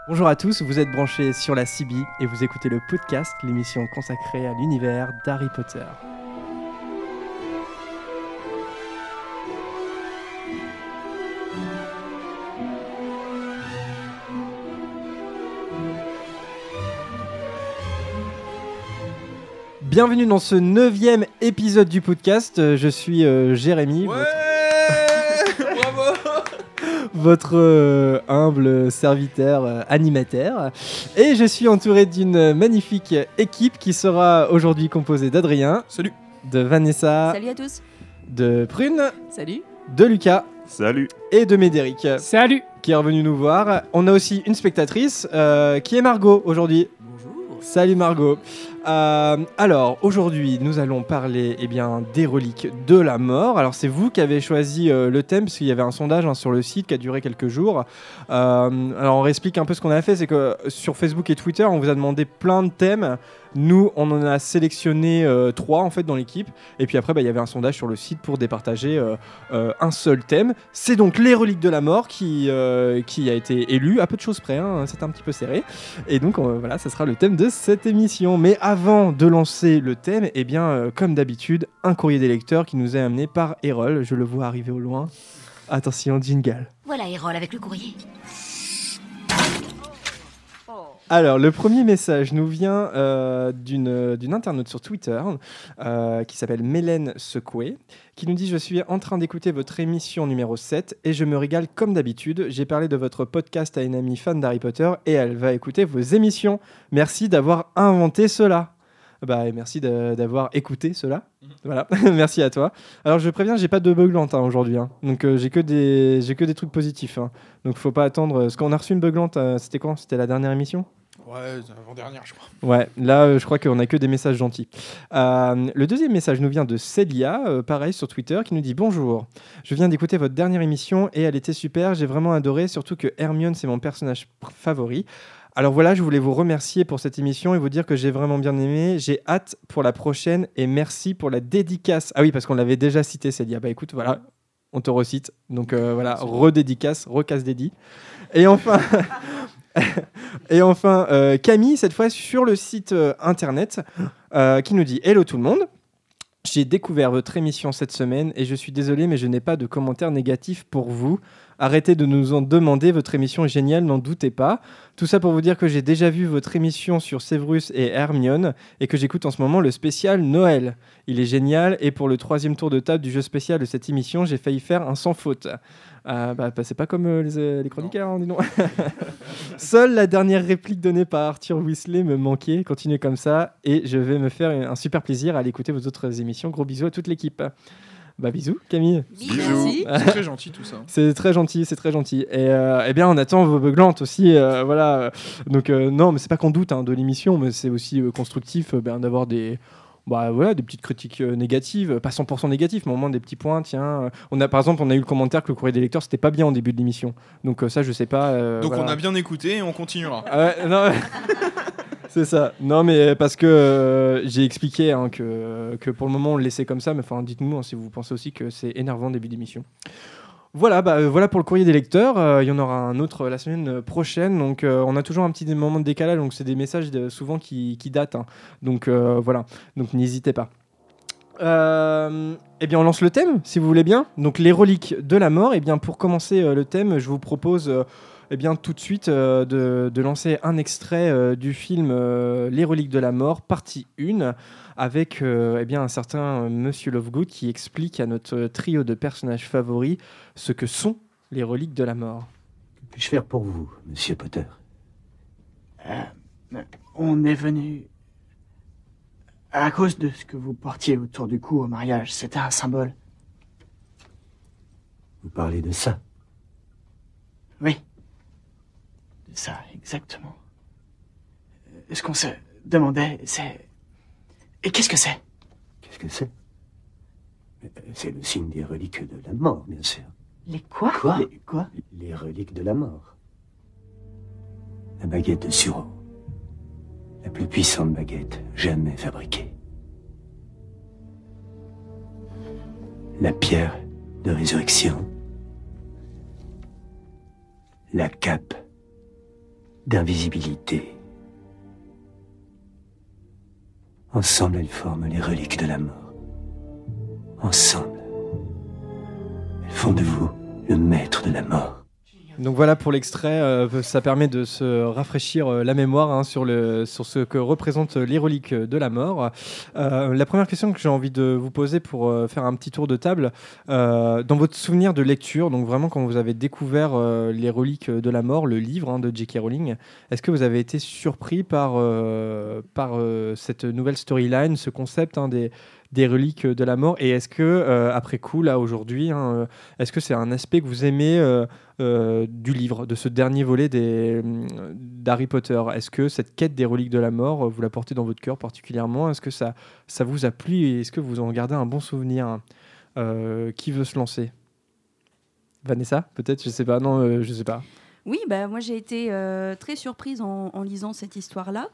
Bonjour à tous, vous êtes branchés sur la CB et vous écoutez le podcast, l'émission consacrée à l'univers d'Harry Potter. Bienvenue dans ce 9e épisode du podcast, je suis Jérémy, votre humble serviteur animateur, et je suis entouré d'une magnifique équipe qui sera aujourd'hui composée d'Adrien. Salut. De Vanessa. Salut à tous. De Prune. Salut. De Lucas. Salut. Et de Médéric. Salut. Qui est revenu nous voir. On a aussi une spectatrice qui est Margot aujourd'hui. Bonjour. Salut Margot. Alors aujourd'hui nous allons parler des reliques de la mort. Alors c'est vous qui avez choisi le thème parce qu'il y avait un sondage sur le site qui a duré quelques jours. Alors on réexplique un peu ce qu'on a fait, c'est que sur Facebook et Twitter on vous a demandé plein de thèmes. Nous on en a sélectionné 3 en fait dans l'équipe et puis après il y avait un sondage sur le site pour départager un seul thème. C'est donc les reliques de la mort qui a été élu à peu de choses près, c'est un petit peu serré et donc voilà, ça sera le thème de cette émission. Mais avant de lancer le thème, comme d'habitude, un courrier des lecteurs qui nous est amené par Erol. Je le vois arriver au loin. Attention, jingle. Voilà Erol avec le courrier. Alors, le premier message nous vient d'une internaute sur Twitter qui s'appelle Mélène Secoué, qui nous dit « Je suis en train d'écouter votre émission numéro 7 et je me régale comme d'habitude. J'ai parlé de votre podcast à une amie fan d'Harry Potter et elle va écouter vos émissions. Merci d'avoir inventé cela. » Et merci d'avoir écouté cela. Voilà, merci à toi. Alors je préviens, j'ai pas de beuglante aujourd'hui, donc j'ai que des trucs positifs. Donc faut pas attendre. Parce qu'on a reçu une beuglante, c'était quand ? C'était la dernière émission ? Ouais, avant-dernière, je crois. Ouais, là, je crois qu'on a que des messages gentils. Le deuxième message nous vient de Célia, pareil sur Twitter, qui nous dit « Bonjour, je viens d'écouter votre dernière émission et elle était super, j'ai vraiment adoré, surtout que Hermione, c'est mon personnage favori. Alors voilà, je voulais vous remercier pour cette émission et vous dire que j'ai vraiment bien aimé. J'ai hâte pour la prochaine et merci pour la dédicace. » Ah oui, parce qu'on l'avait déjà cité, Célia. Écoute, voilà, on te recite. Donc voilà, redédicace, recasse dédi. Et enfin... Et enfin, Camille, cette fois sur le site internet, qui nous dit « Hello tout le monde, j'ai découvert votre émission cette semaine et je suis désolé mais je n'ai pas de commentaires négatifs pour vous. Arrêtez de nous en demander, votre émission est géniale, n'en doutez pas. Tout ça pour vous dire que j'ai déjà vu votre émission sur Severus et Hermione et que j'écoute en ce moment le spécial Noël. Il est génial et pour le 3e tour de table du jeu spécial de cette émission, j'ai failli faire un sans faute. » C'est pas comme les chroniqueurs, dis donc. Seule la dernière réplique donnée par Arthur Weasley me manquait. Continuez comme ça et je vais me faire un super plaisir à aller écouter vos autres émissions. Gros bisous à toute l'équipe. Bisous Camille. Bisous. C'est très gentil tout ça. C'est très gentil. Et on attend vos beuglantes aussi. Voilà. Donc non, mais c'est pas qu'on doute de l'émission, mais c'est aussi constructif d'avoir des petites critiques négatives, pas 100% négatives, mais au moins des petits points. Tiens, par exemple, on a eu le commentaire que le courrier des lecteurs c'était pas bien au début de l'émission. Donc ça, je sais pas. Donc voilà. on a bien écouté et on continuera. Non. C'est ça. Non, mais parce que j'ai expliqué que pour le moment on le laissait comme ça, mais dites-nous si vous pensez aussi que c'est énervant début d'émission. Voilà, voilà pour le courrier des lecteurs. Il y en aura un autre la semaine prochaine. Donc, on a toujours un petit moment de décalage. Donc, c'est des messages souvent qui datent. Donc, voilà. Donc, n'hésitez pas. On lance le thème, si vous voulez bien. Donc, les reliques de la mort. Pour commencer le thème, je vous propose tout de suite de lancer un extrait du film Les reliques de la mort, partie 1. Avec un certain Monsieur Lovegood qui explique à notre trio de personnages favoris ce que sont les reliques de la mort. Que puis-je faire pour vous, Monsieur Potter ? On est venu à cause de ce que vous portiez autour du cou au mariage. C'était un symbole. Vous parlez de ça ? Oui. De ça, exactement. Ce qu'on se demandait, c'est... Et qu'est-ce que c'est ? Qu'est-ce que c'est ? C'est le signe des reliques de la mort, bien sûr. Les quoi ? Quoi ? Les quoi ? Les reliques de la mort. La baguette de Suro. La plus puissante baguette jamais fabriquée. La pierre de résurrection. La cape d'invisibilité. Ensemble, elles forment les reliques de la mort. Ensemble, elles font de vous le maître de la mort. Donc voilà pour l'extrait, ça permet de se rafraîchir la mémoire sur ce que représentent les reliques de la mort. La première question que j'ai envie de vous poser pour faire un petit tour de table, dans votre souvenir de lecture, donc vraiment quand vous avez découvert les reliques de la mort, le livre de J.K. Rowling, est-ce que vous avez été surpris par cette nouvelle storyline, ce concept des reliques de la mort, et est-ce que après coup là aujourd'hui, est-ce que c'est un aspect que vous aimez du livre, de ce dernier volet d'Harry Potter? Est-ce que cette quête des reliques de la mort, vous la portez dans votre cœur particulièrement? Est-ce que ça vous a plu et est-ce que vous en gardez un bon souvenir? Qui veut se lancer? Vanessa, peut-être? Je sais pas. Non, je sais pas. Oui, moi j'ai été très surprise en lisant cette histoire-là.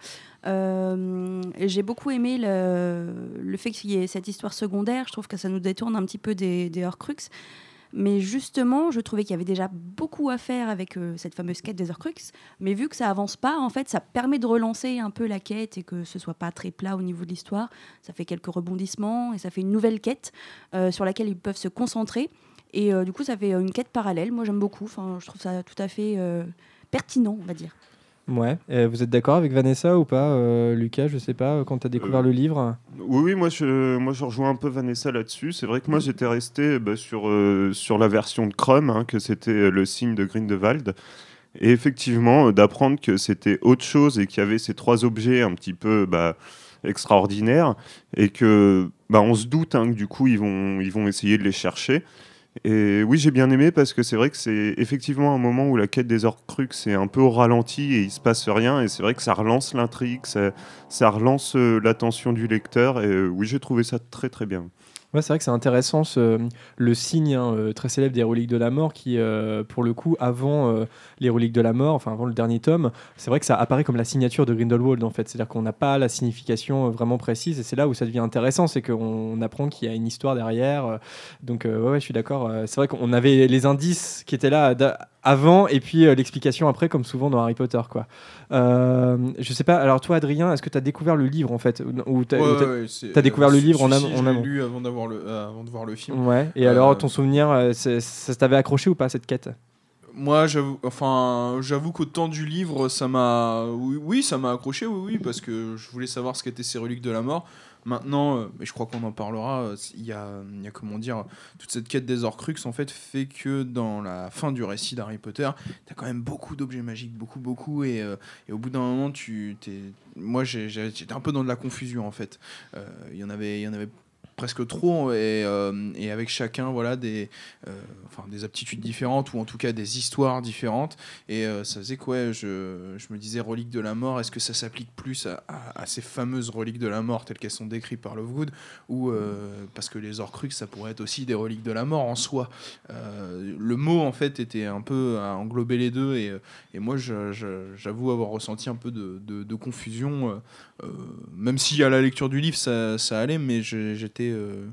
J'ai beaucoup aimé le fait qu'il y ait cette histoire secondaire. Je trouve que ça nous détourne un petit peu des Horcruxes. Mais justement, je trouvais qu'il y avait déjà beaucoup à faire avec cette fameuse quête des Horcruxes. Mais vu que ça avance pas, en fait, ça permet de relancer un peu la quête et que ce soit pas très plat au niveau de l'histoire. Ça fait quelques rebondissements et ça fait une nouvelle quête sur laquelle ils peuvent se concentrer. Et du coup, ça fait une quête parallèle. Moi, j'aime beaucoup. Enfin, je trouve ça tout à fait pertinent, on va dire. Ouais. Vous êtes d'accord avec Vanessa ou pas, Lucas? Je sais pas, quand tu as découvert le livre. Oui, moi je rejoins un peu Vanessa là-dessus. C'est vrai que moi j'étais resté sur la version de Krum, que c'était le signe de Grindelwald. Et effectivement, d'apprendre que c'était autre chose et qu'il y avait ces 3 objets un petit peu extraordinaires et que on se doute que du coup ils vont essayer de les chercher. Et oui, j'ai bien aimé parce que c'est vrai que c'est effectivement un moment où la quête des Horcruxes est un peu au ralenti et il se passe rien, et c'est vrai que ça relance l'intrigue, ça relance l'attention du lecteur, et oui, j'ai trouvé ça très très bien. Ouais, c'est vrai que c'est intéressant le signe très célèbre des reliques de la mort qui, pour le coup, avant les reliques de la mort, enfin avant le dernier tome, c'est vrai que ça apparaît comme la signature de Grindelwald en fait. C'est-à-dire qu'on n'a pas la signification vraiment précise et c'est là où ça devient intéressant, c'est qu'on apprend qu'il y a une histoire derrière. Donc ouais, je suis d'accord. C'est vrai qu'on avait les indices qui étaient là avant et puis l'explication après, comme souvent dans Harry Potter, quoi. Je sais pas. Alors toi, Adrien, est-ce que tu as découvert le livre en fait, ou t'as découvert le livre en amont? Je l'ai lu avant de voir le film. Ouais. Et alors, ton souvenir, ça t'avait accroché ou pas cette quête? Moi, j'avoue qu'au temps du livre, ça m'a accroché, oui, parce que je voulais savoir ce qu'étaient ces reliques de la mort. Maintenant, mais je crois qu'on en parlera, il y a comment dire, toute cette quête des Horcruxes en fait fait que dans la fin du récit d'Harry Potter, t'as quand même beaucoup d'objets magiques, beaucoup, et au bout d'un moment, moi j'étais un peu dans de la confusion en fait. Il y en avait presque trop, et avec chacun des aptitudes différentes, ou en tout cas des histoires différentes, et ça faisait que je me disais reliques de la mort, est-ce que ça s'applique plus à ces fameuses reliques de la mort telles qu'elles sont décrites par Lovegood, ou parce que les Horcruxes ça pourrait être aussi des reliques de la mort en soi. Le mot en fait était un peu à englober les deux, et moi j'avoue avoir ressenti un peu de confusion, même si à la lecture du livre ça allait, mais j'étais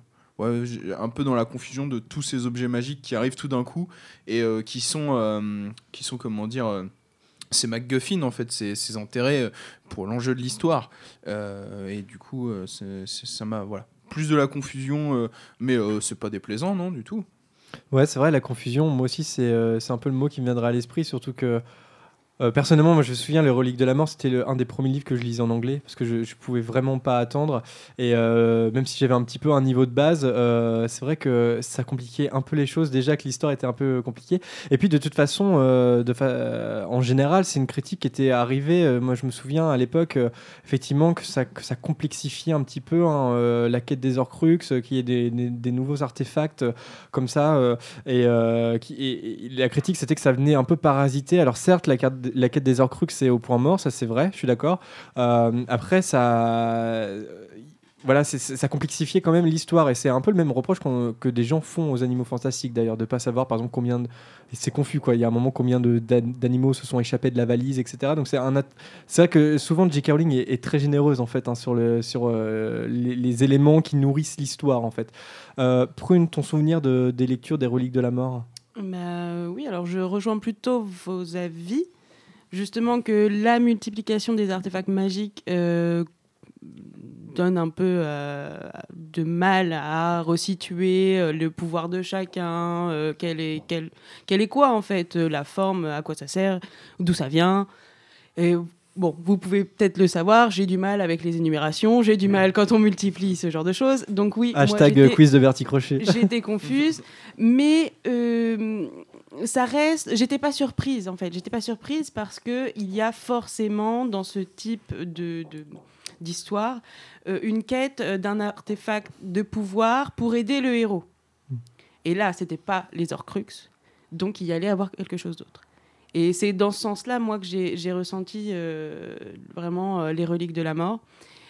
un peu dans la confusion de tous ces objets magiques qui arrivent tout d'un coup et qui sont comment dire, c'est MacGuffin en fait, c'est enterré pour l'enjeu de l'histoire, et du coup ça m'a plus de la confusion, mais c'est pas déplaisant, non, du tout. Ouais, c'est vrai, la confusion, moi aussi c'est un peu le mot qui me viendra à l'esprit, surtout que personnellement, moi je me souviens, les Reliques de la Mort, c'était un des premiers livres que je lisais en anglais, parce que je pouvais vraiment pas attendre, et même si j'avais un petit peu un niveau de base, c'est vrai que ça compliquait un peu les choses, déjà que l'histoire était un peu compliquée, et puis de toute façon, en général, c'est une critique qui était arrivée, moi je me souviens à l'époque, effectivement, que ça complexifiait un petit peu la quête des Horcruxes, qu'il y ait des nouveaux artefacts comme ça, et la critique c'était que ça venait un peu parasiter. Alors certes, la quête des Horcruxes c'est au point mort, ça c'est vrai, je suis d'accord. Après ça complexifiait quand même l'histoire, et c'est un peu le même reproche que des gens font aux Animaux Fantastiques d'ailleurs, de pas savoir par exemple c'est confus quoi, il y a un moment combien d'animaux se sont échappés de la valise, etc. Donc c'est vrai que souvent J.K. Rowling est très généreuse en fait, sur les éléments qui nourrissent l'histoire en fait. Prune, ton souvenir des lectures des Reliques de la Mort? Oui, alors je rejoins plutôt vos avis. justement que la multiplication des artefacts magiques donne un peu de mal à resituer le pouvoir de chacun, quelle est quoi en fait la forme, à quoi ça sert, d'où ça vient. Et bon, vous pouvez peut-être le savoir, j'ai du mal avec les énumérations, j'ai du mal quand on multiplie ce genre de choses. Donc oui, Hashtag quiz de Bertie Crochet. J'étais confuse, mais ça reste. J'étais pas surprise en fait. J'étais pas surprise parce que il y a forcément dans ce type d'histoire une quête d'un artefact de pouvoir pour aider le héros. Et là, c'était pas les Horcruxes, donc il y allait avoir quelque chose d'autre. Et c'est dans ce sens-là, moi, que j'ai ressenti vraiment les reliques de la mort.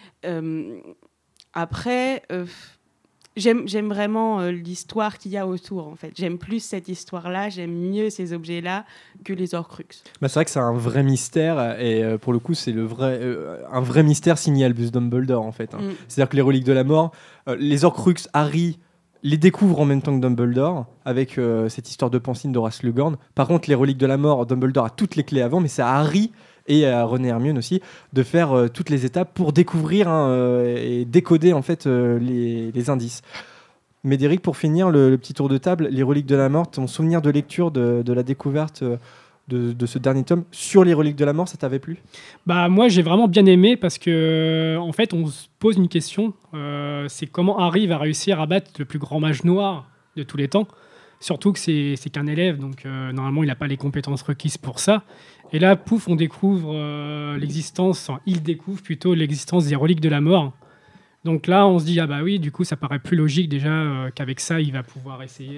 Après, j'aime vraiment l'histoire qu'il y a autour, en fait. J'aime plus cette histoire-là, j'aime mieux ces objets-là que les Horcruxes. Bah, c'est vrai que c'est un vrai mystère, et pour le coup, c'est un vrai mystère signé Albus Dumbledore, en fait. Hein. C'est-à-dire que les reliques de la mort, les Horcruxes, Harry les découvre en même temps que Dumbledore, avec cette histoire de Pansine d'Horace Slughorn. Par contre, les reliques de la mort, Dumbledore a toutes les clés avant, mais c'est à Harry et à Ron et Hermione aussi de faire toutes les étapes pour découvrir et décoder en fait les indices. Médéric, pour finir le petit tour de table, les reliques de la mort, ton souvenir de lecture de la découverte de ce dernier tome sur les reliques de la mort, ça t'avait plu ? Bah moi j'ai vraiment bien aimé parce que en fait on se pose une question, c'est comment Harry va réussir à battre le plus grand mage noir de tous les temps, surtout que c'est qu'un élève, donc normalement il n'a pas les compétences requises pour ça. Et là pouf, on découvre il découvre plutôt l'existence des reliques de la mort. Donc là on se dit ah bah oui, du coup ça paraît plus logique déjà qu'avec ça il va pouvoir essayer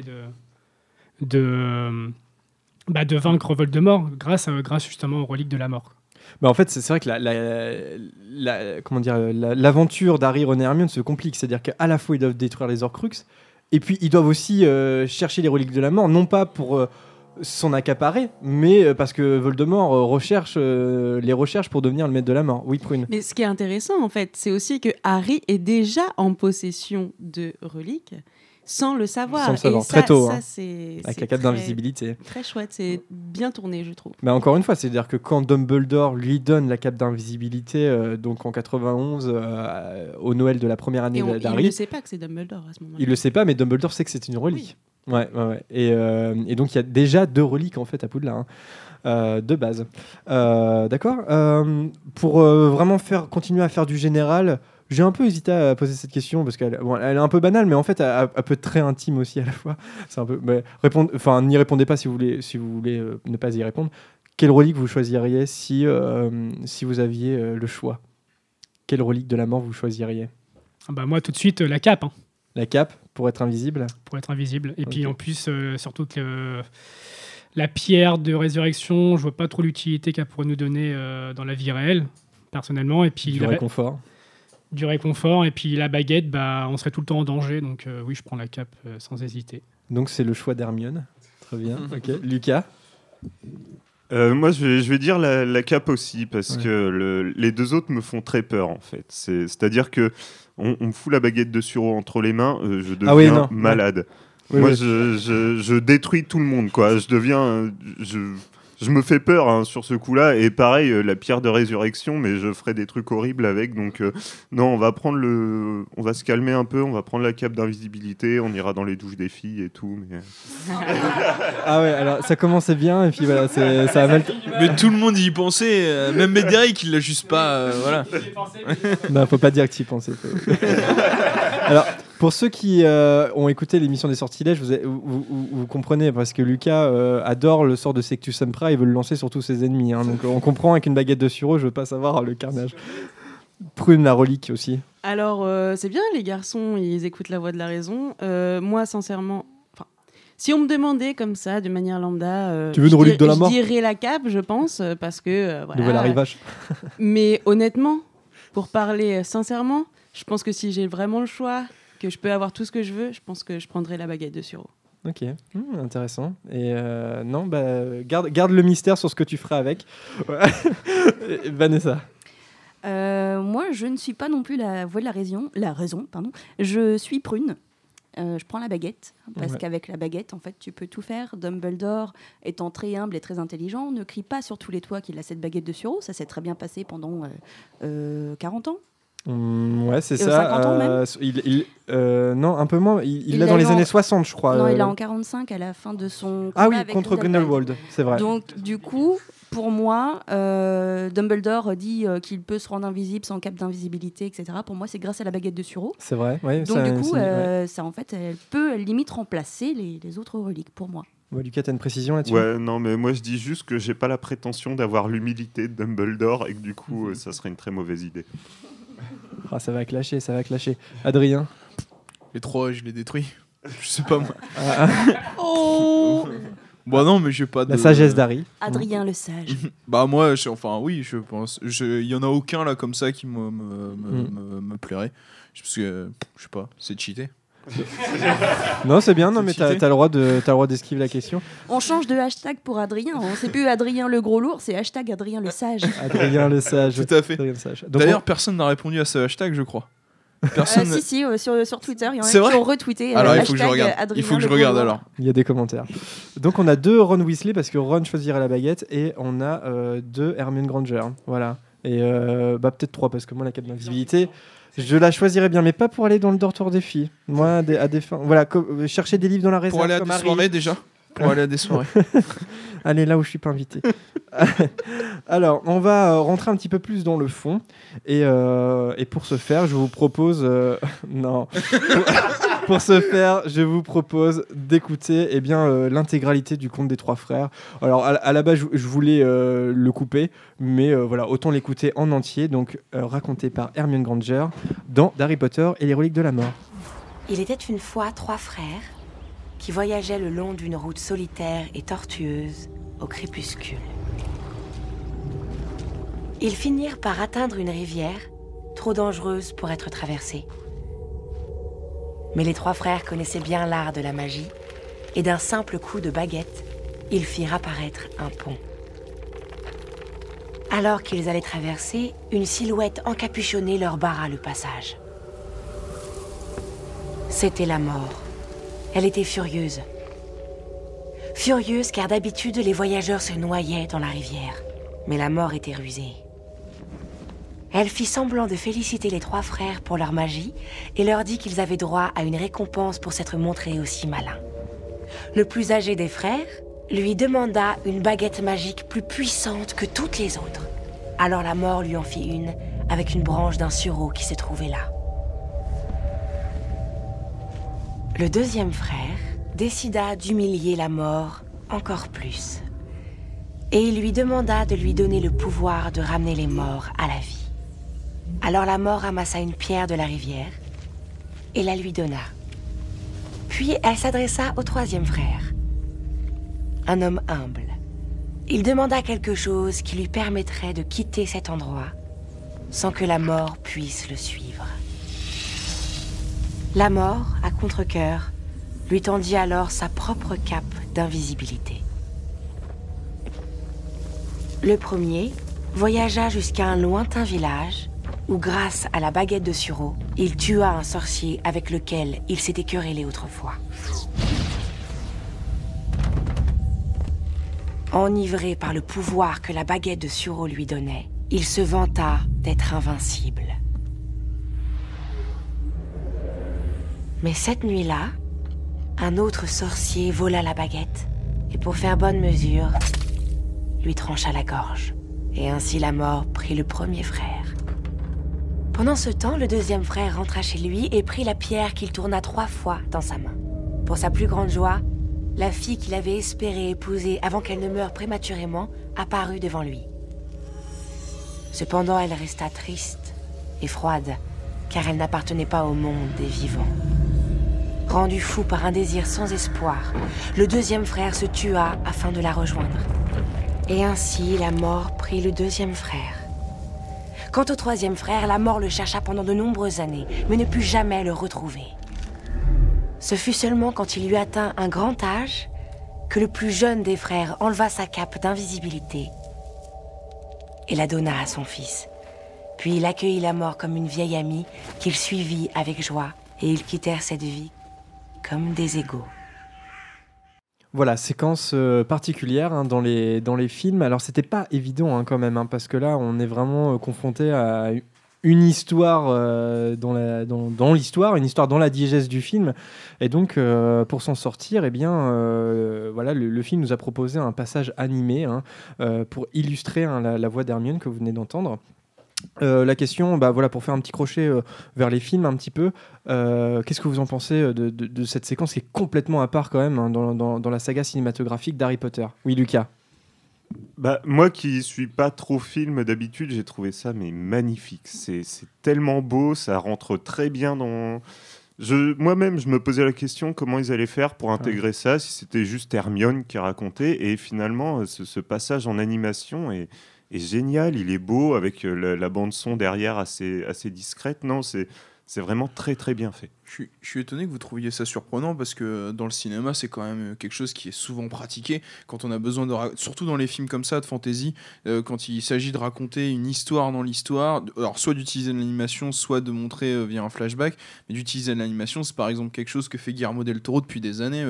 de vaincre Voldemort grâce justement aux reliques de la mort. Bah en fait, c'est vrai que l'aventure d'Harry, Ron et Hermione se complique. C'est-à-dire qu'à la fois, ils doivent détruire les Horcruxes, et puis ils doivent aussi chercher les reliques de la mort, non pas pour s'en accaparer, mais parce que Voldemort les recherche pour devenir le maître de la mort. Oui, Prune. Mais ce qui est intéressant, en fait, c'est aussi que Harry est déjà en possession de reliques, sans le savoir. Sans le savoir, et très tôt. Ça, hein. Avec la cape d'invisibilité. Très chouette, c'est bien tourné, je trouve. Mais encore une fois, c'est-à-dire que quand Dumbledore lui donne la cape d'invisibilité, donc en 91, au Noël de la première année d'Harry... Il ne sait pas que c'est Dumbledore à ce moment-là. Il le sait pas, mais Dumbledore sait que c'est une relique. Oui. Ouais. Et donc il y a déjà 2 reliques en fait à Poudlard. De base. D'accord. Pour vraiment continuer à faire du général... J'ai un peu hésité à poser cette question parce qu'elle elle est un peu banale, mais en fait, elle peut être très intime aussi à la fois. C'est un peu, n'y répondez pas si vous voulez ne pas y répondre. Quelle relique vous choisiriez si vous aviez le choix ? Quelle relique de la mort vous choisiriez ? Bah moi, tout de suite, la cape. Hein. La cape pour être invisible ? Pour être invisible. Et puis en plus, surtout que la pierre de résurrection, je vois pas trop l'utilité qu'elle pourrait nous donner dans la vie réelle, personnellement. Et puis du réconfort. Du réconfort, et puis la baguette, on serait tout le temps en danger, donc oui, je prends la cape sans hésiter. Donc c'est le choix d'Hermione. Très bien. Ok. Lucas ? Moi, je vais dire la cape aussi, parce que les 2 autres me font très peur, en fait. C'est-à-dire que on me fout la baguette de Suro entre les mains, je deviens malade. Oui, moi, je détruis tout le monde, quoi. Je me fais peur sur ce coup-là, et pareil, la pierre de résurrection, mais je ferai des trucs horribles avec, donc non, on va se calmer un peu, on va prendre la cape d'invisibilité, on ira dans les douches des filles et tout. Mais... Ah ouais, alors ça commençait bien, et puis voilà, ça a mal... Mais tout le monde y pensait, même Médéric, il l'a juste pas, voilà. Non, faut pas dire que tu y pensais. Alors, pour ceux qui ont écouté l'émission des Sortilèges, vous comprenez, parce que Lucas adore le sort de Sectus Sempra, il veut le lancer sur tous ses ennemis. Hein, donc on comprend, avec une baguette de Suro, je veux pas savoir le carnage. Prune, la relique aussi. Alors, c'est bien, les garçons, ils écoutent la voix de la raison. Moi, sincèrement... Si on me demandait comme ça, de manière lambda, tu veux une relique de la mort ? Je dirais la cape, je pense, parce que... Nouvel arrivage. Mais honnêtement, pour parler sincèrement, je pense que si j'ai vraiment le choix, que je peux avoir tout ce que je veux, je pense que je prendrais la baguette de Suro. Ok, intéressant. Et non, garde le mystère sur ce que tu feras avec. Vanessa. Moi, je ne suis pas non plus la voix de la raison. Je suis Prune. je prends la baguette, parce Ouais. qu'avec la baguette, en fait, tu peux tout faire. Dumbledore, étant très humble et très intelligent, ne crie pas sur tous les toits qu'il a cette baguette de Suro. Ça s'est très bien passé pendant 40 ans. Ouais, c'est Et aux ça. 50 ans même Non, un peu moins. Il Il l'a l'a dans eu les en- années 60, je crois. Non, il l'a en 45 à la fin de son combat Ah oui, avec contre Grindelwald, c'est vrai. Donc, du coup, pour moi, Dumbledore dit qu'il peut se rendre invisible sans cape d'invisibilité, etc. Pour moi, c'est grâce à la baguette de Suro. C'est vrai. Ouais, Donc, ça, du coup, ouais. ça, en fait, elle peut limite remplacer les autres reliques, pour moi. Ouais, Lucas, t'as une précision là-dessus? Ouais, non, mais moi je dis juste que j'ai pas la prétention d'avoir l'humilité de Dumbledore et que du coup, ça serait une très mauvaise idée. Ah, ça va clasher, ça va clasher. Adrien? Les 3, je les détruis. Je sais pas moi. Ah, Oh Bah non, mais j'ai pas de. la sagesse d'Harry. Adrien le sage. Bah moi, oui, je pense. Il y en a aucun là comme ça qui me plairait. Parce que, je sais pas, c'est cheaté. Non, c'est bien, non, C'est mais cheaté. t'as le droit d'esquiver la question. On change de hashtag pour Adrien. On sait plus Adrien le gros lourd, c'est hashtag Adrien le sage. Adrien le sage. Tout à fait. Adrien le sage. Donc, D'ailleurs, personne n'a répondu à ce hashtag, je crois. Personne. Si, sur Twitter, il y en a C'est qui vrai ont retweeté. Alors il faut que je hashtag regarde. Adrien Il faut que je le regarde gros lourd. alors. il y a des commentaires. Donc, on a 2 Ron Weasley parce que Ron choisirait la baguette et on a 2 Hermione Granger. Voilà. Et peut-être 3 parce que moi, la cape d'invisibilité, je la choisirais bien, mais pas pour aller dans le dortoir des filles. Moi, à des fins. Voilà, chercher des livres dans la réserve. Pour aller à comme des Harry. soirées déjà. Pour aller à des soirées. Allez, là où je suis pas invité. Alors, on va rentrer un petit peu plus dans le fond. Et pour ce faire, je vous propose... non. Pour ce faire, je vous propose d'écouter l'intégralité du conte des 3 frères. Alors, à la base, je voulais le couper, mais voilà, autant l'écouter en entier. Donc, raconté par Hermione Granger dans Harry Potter et les reliques de la mort. Il était une fois 3 frères qui voyageaient le long d'une route solitaire et tortueuse au crépuscule. Ils finirent par atteindre une rivière trop dangereuse pour être traversée. Mais les 3 frères connaissaient bien l'art de la magie et d'un simple coup de baguette, ils firent apparaître un pont. Alors qu'ils allaient traverser, une silhouette encapuchonnée leur barra le passage. C'était la mort. Elle était furieuse. Furieuse car d'habitude, les voyageurs se noyaient dans la rivière. Mais la mort était rusée. Elle fit semblant de féliciter les 3 frères pour leur magie et leur dit qu'ils avaient droit à une récompense pour s'être montrés aussi malins. Le plus âgé des frères lui demanda une baguette magique plus puissante que toutes les autres. Alors la mort lui en fit une avec une branche d'un sureau qui se trouvait là. Le deuxième frère décida d'humilier la mort encore plus. Et il lui demanda de lui donner le pouvoir de ramener les morts à la vie. Alors la mort ramassa une pierre de la rivière et la lui donna. Puis elle s'adressa au troisième frère, un homme humble. Il demanda quelque chose qui lui permettrait de quitter cet endroit sans que la mort puisse le suivre. La mort, à contre-cœur, lui tendit alors sa propre cape d'invisibilité. Le premier voyagea jusqu'à un lointain village où, grâce à la baguette de Sureau, il tua un sorcier avec lequel il s'était querellé autrefois. Enivré par le pouvoir que la baguette de Sureau lui donnait, il se vanta d'être invincible. Mais cette nuit-là, un autre sorcier vola la baguette et pour faire bonne mesure, lui trancha la gorge. Et ainsi la mort prit le premier frère. Pendant ce temps, le deuxième frère rentra chez lui et prit la pierre qu'il tourna 3 fois dans sa main. Pour sa plus grande joie, la fille qu'il avait espéré épouser avant qu'elle ne meure prématurément apparut devant lui. Cependant, elle resta triste et froide, car elle n'appartenait pas au monde des vivants. Rendu fou par un désir sans espoir, le deuxième frère se tua afin de la rejoindre. Et ainsi, la mort prit le deuxième frère. Quant au troisième frère, la mort le chercha pendant de nombreuses années, mais ne put jamais le retrouver. Ce fut seulement quand il eut atteint un grand âge que le plus jeune des frères enleva sa cape d'invisibilité et la donna à son fils. Puis il accueillit la mort comme une vieille amie qu'il suivit avec joie et ils quittèrent cette vie comme des égaux. Voilà, séquence particulière dans les films. Alors, c'était pas évident quand même, parce que là, on est vraiment confronté à une histoire dans l'histoire, une histoire dans la diégèse du film. Et donc, pour s'en sortir, voilà, le film nous a proposé un passage animé pour illustrer la voix d'Hermione que vous venez d'entendre. La question, voilà, pour faire un petit crochet vers les films un petit peu, qu'est-ce que vous en pensez de cette séquence qui est complètement à part quand même dans la saga cinématographique d'Harry Potter? Oui, Lucas. Moi qui suis pas trop film d'habitude, j'ai trouvé ça magnifique. C'est tellement beau, ça rentre très bien dans... Moi-même, je me posais la question comment ils allaient faire pour intégrer ça, si c'était juste Hermione qui racontait. Et finalement, ce passage en animation est génial, il est beau, avec la bande-son derrière assez discrète. Non, c'est vraiment très très bien fait. Je suis étonné que vous trouviez ça surprenant parce que dans le cinéma, c'est quand même quelque chose qui est souvent pratiqué quand on a besoin surtout dans les films comme ça de fantasy, quand il s'agit de raconter une histoire dans l'histoire, alors soit d'utiliser de l'animation, soit de montrer via un flashback, mais d'utiliser de l'animation, c'est par exemple quelque chose que fait Guillermo del Toro depuis des années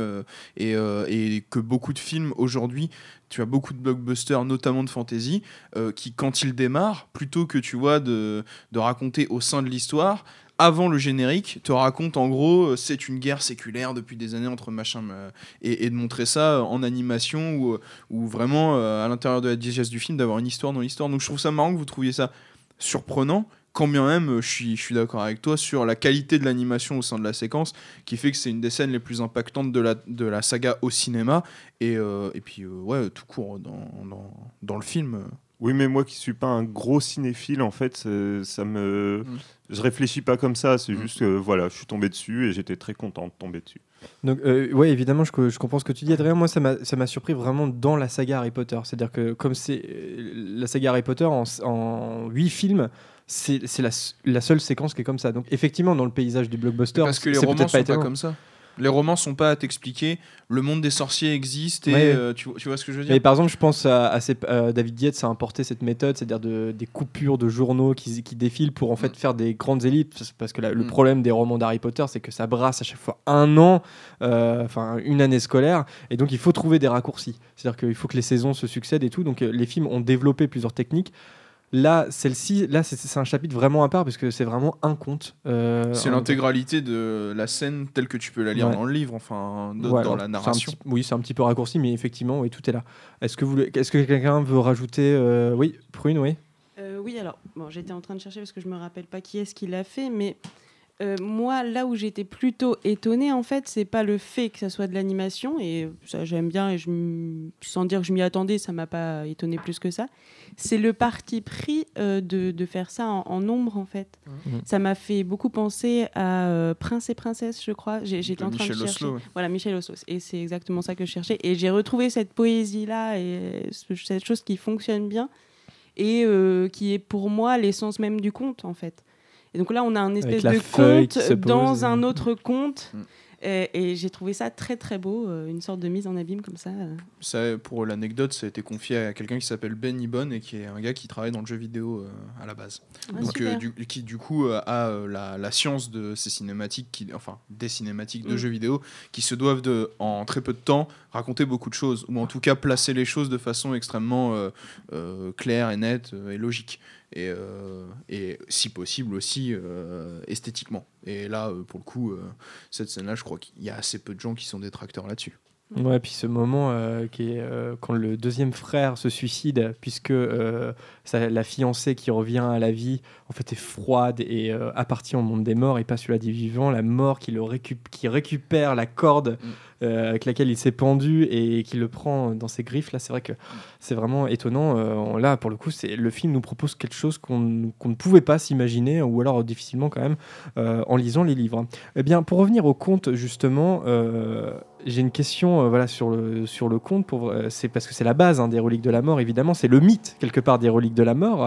et que beaucoup de films aujourd'hui, tu as beaucoup de blockbusters, notamment de fantasy, qui quand ils démarrent, plutôt que de raconter au sein de l'histoire, avant le générique, te raconte en gros c'est une guerre séculaire depuis des années entre machin et de montrer ça en animation ou vraiment à l'intérieur de la digeste du film d'avoir une histoire dans l'histoire. Donc je trouve ça marrant que vous trouviez ça surprenant, quand bien même je suis d'accord avec toi sur la qualité de l'animation au sein de la séquence qui fait que c'est une des scènes les plus impactantes de la saga au cinéma et puis ouais, tout court dans le film. Oui, mais moi qui suis pas un gros cinéphile, en fait, je réfléchis pas comme ça. C'est juste que voilà, je suis tombé dessus et j'étais très content de tomber dessus. Donc, ouais, évidemment, je comprends ce que tu dis, Adrien. Moi, ça m'a surpris vraiment dans la saga Harry Potter. C'est-à-dire que comme c'est la saga Harry Potter en 8 films, c'est la seule séquence qui est comme ça. Donc, effectivement, dans le paysage du blockbuster, parce que les c'est romans peut-être sont pas étonnant. pas comme ça. Les romans sont pas à t'expliquer le monde des sorciers existe et tu vois ce que je veux dire. Mais par exemple, je pense à David Yates a importé cette méthode, c'est-à-dire des coupures de journaux qui défilent pour en fait faire des grandes élites, parce que le problème des romans d'Harry Potter, c'est que ça brasse à chaque fois un an, une année scolaire, et donc il faut trouver des raccourcis. C'est-à-dire qu'il faut que les saisons se succèdent et tout. Donc les films ont développé plusieurs techniques. Là, celle-ci, c'est un chapitre vraiment à part parce que c'est vraiment un conte. C'est l'intégralité de la scène telle que tu peux la lire dans le livre, dans la narration. Oui, c'est un petit peu raccourci, mais effectivement, oui, tout est là. Est-ce que quelqu'un veut rajouter Oui, Prune, oui. Oui, alors, j'étais en train de chercher parce que je me rappelle pas qui est-ce qui l'a fait, mais moi, là où j'étais plutôt étonnée, en fait, c'est pas le fait que ça soit de l'animation, et ça j'aime bien, et sans dire que je m'y attendais, ça m'a pas étonnée plus que ça. C'est le parti pris de faire ça en ombre, en fait. Ça m'a fait beaucoup penser à Prince et Princesse, je crois. J'étais en train de chercher. Oslo, ouais. Voilà, Michel Oslo. Et c'est exactement ça que je cherchais. Et j'ai retrouvé cette poésie-là et cette chose qui fonctionne bien et qui est pour moi l'essence même du conte, en fait. Et donc là, on a un espèce de conte dans un autre conte. Et j'ai trouvé ça très très beau, une sorte de mise en abîme comme ça. Ça, pour l'anecdote, ça a été confié à quelqu'un qui s'appelle Ben Ibon et qui est un gars qui travaille dans le jeu vidéo à la base. Donc qui du coup a la science de ces cinématiques, des cinématiques de jeux vidéo qui se doivent en très peu de temps raconter beaucoup de choses, ou en tout cas placer les choses de façon extrêmement claire et nette et logique. Et si possible aussi esthétiquement. Et là, pour le coup, cette scène-là, je crois qu'il y a assez peu de gens qui sont détracteurs là-dessus. Ouais, puis ce moment qui est quand le deuxième frère se suicide, puisque la fiancée qui revient à la vie en fait est froide et appartient au monde des morts et pas celui-là des vivants. La mort qui récupère la corde avec laquelle il s'est pendu et qui le prend dans ses griffes. Là, c'est vrai que c'est vraiment étonnant. Là, pour le coup, le film nous propose quelque chose qu'on ne pouvait pas s'imaginer, ou alors difficilement quand même, en lisant les livres. Eh bien, pour revenir au conte, justement, j'ai une question sur le conte, c'est parce que c'est la base des Reliques de la Mort, évidemment, c'est le mythe, quelque part, des Reliques de la Mort.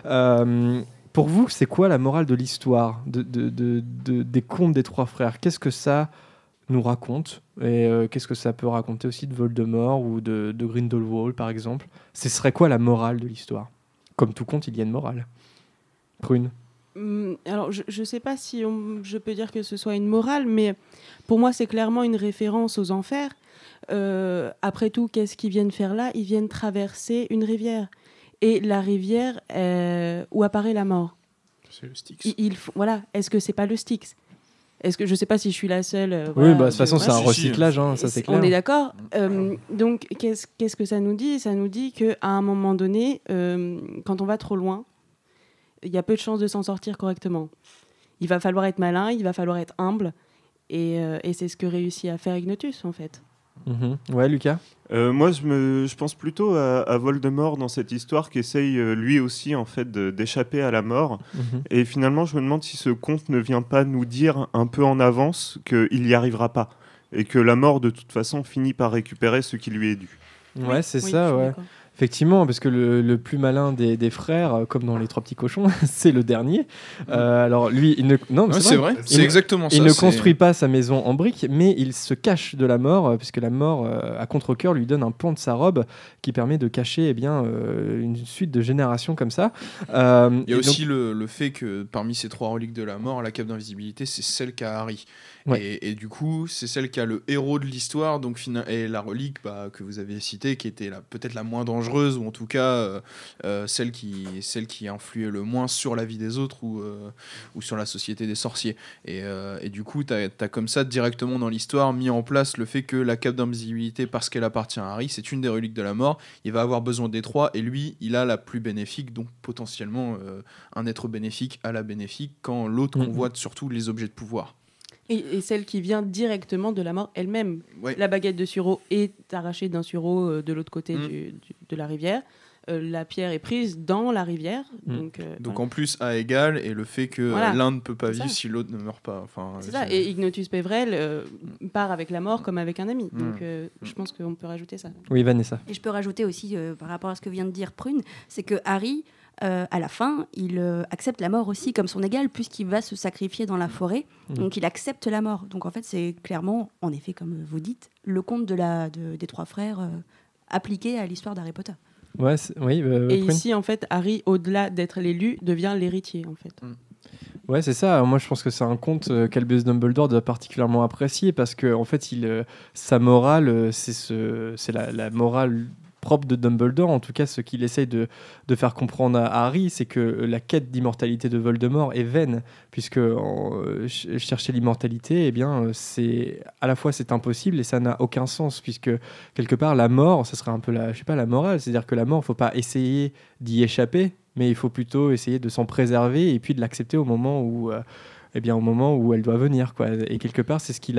Pour vous, c'est quoi la morale de l'histoire des contes des trois frères? Qu'est-ce que ça nous raconte? Et qu'est-ce que ça peut raconter aussi de Voldemort ou de Grindelwald, par exemple? Ce serait quoi la morale de l'histoire? Comme tout conte, il y a une morale. Prune. Alors, je ne sais pas si je peux dire que ce soit une morale, mais pour moi, c'est clairement une référence aux enfers. Après tout, qu'est-ce qu'ils viennent faire là ? Ils viennent traverser une rivière. Et la rivière où apparaît la mort. C'est le Styx. Voilà. Est-ce que c'est pas le Styx ? Est-ce que je sais pas si je suis la seule Oui, de toute façon, c'est un recyclage, ça c'est clair. On est d'accord. Donc, qu'est-ce que ça nous dit ? Ça nous dit qu'à un moment donné, quand on va trop loin, il y a peu de chances de s'en sortir correctement. Il va falloir être malin, il va falloir être humble, et c'est ce que réussit à faire Ignotus, en fait. Ouais, Lucas ? Moi, je pense plutôt à Voldemort dans cette histoire qui essaye lui aussi en fait d'échapper à la mort. Et finalement, je me demande si ce conte ne vient pas nous dire un peu en avance qu'il n'y arrivera pas et que la mort de toute façon finit par récupérer ce qui lui est dû. Ouais, c'est ça, ouais. Effectivement, parce que le plus malin des frères, comme dans Les Trois Petits Cochons, c'est le dernier. Alors lui, c'est vrai. C'est exactement ça. Il ne construit pas sa maison en briques, mais il se cache de la mort, puisque la mort, à contre-cœur, lui donne un pan de sa robe qui permet de cacher une suite de générations comme ça. Il y a aussi le fait que parmi ces 3 reliques de la mort, la cape d'invisibilité, c'est celle qu'a Harry. Ouais. Et du coup, c'est celle qu'a le héros de l'histoire, et la relique que vous avez citée, qui était peut-être la moins dangereuse, ou en tout cas celle qui influait le moins sur la vie des autres ou sur la société des sorciers. Et du coup, t'as comme ça directement dans l'histoire mis en place le fait que la cape d'invisibilité, parce qu'elle appartient à Harry, c'est une des reliques de la mort. Il va avoir besoin des 3, et lui, il a la plus bénéfique, donc potentiellement un être bénéfique à la bénéfique, quand l'autre convoite surtout les objets de pouvoir. Et celle qui vient directement de la mort elle-même. Ouais. La baguette de sureau est arrachée d'un sureau de l'autre côté de la rivière. La pierre est prise dans la rivière. Donc voilà. En plus, à égal, et le fait que l'un ne peut pas vivre si l'autre ne meurt pas. C'est ça. Et Ignotus Peverell part avec la mort comme avec un ami. Donc je pense qu'on peut rajouter ça. Oui, Vanessa. Et je peux rajouter aussi, par rapport à ce que vient de dire Prune, c'est que Harry... à la fin, il accepte la mort aussi comme son égal, puisqu'il va se sacrifier dans la forêt. Donc il accepte la mort. Donc en fait, c'est clairement, en effet, comme vous dites, le conte des 3 frères appliqué à l'histoire d'Harry Potter. Ouais, oui. Et ici, en fait, Harry, au-delà d'être l'élu, devient l'héritier, en fait. Ouais, c'est ça. Moi, je pense que c'est un conte qu'Albus Dumbledore doit particulièrement apprécier, parce que en fait, sa morale, c'est la morale propre de Dumbledore, en tout cas ce qu'il essaye de faire comprendre à Harry, c'est que la quête d'immortalité de Voldemort est vaine, puisque chercher l'immortalité, c'est à la fois c'est impossible et ça n'a aucun sens, puisque quelque part la mort, ça serait un peu la morale, c'est-à-dire que la mort, faut pas essayer d'y échapper, mais il faut plutôt essayer de s'en préserver et puis de l'accepter au moment où elle doit venir, quoi. Et quelque part c'est ce qu'il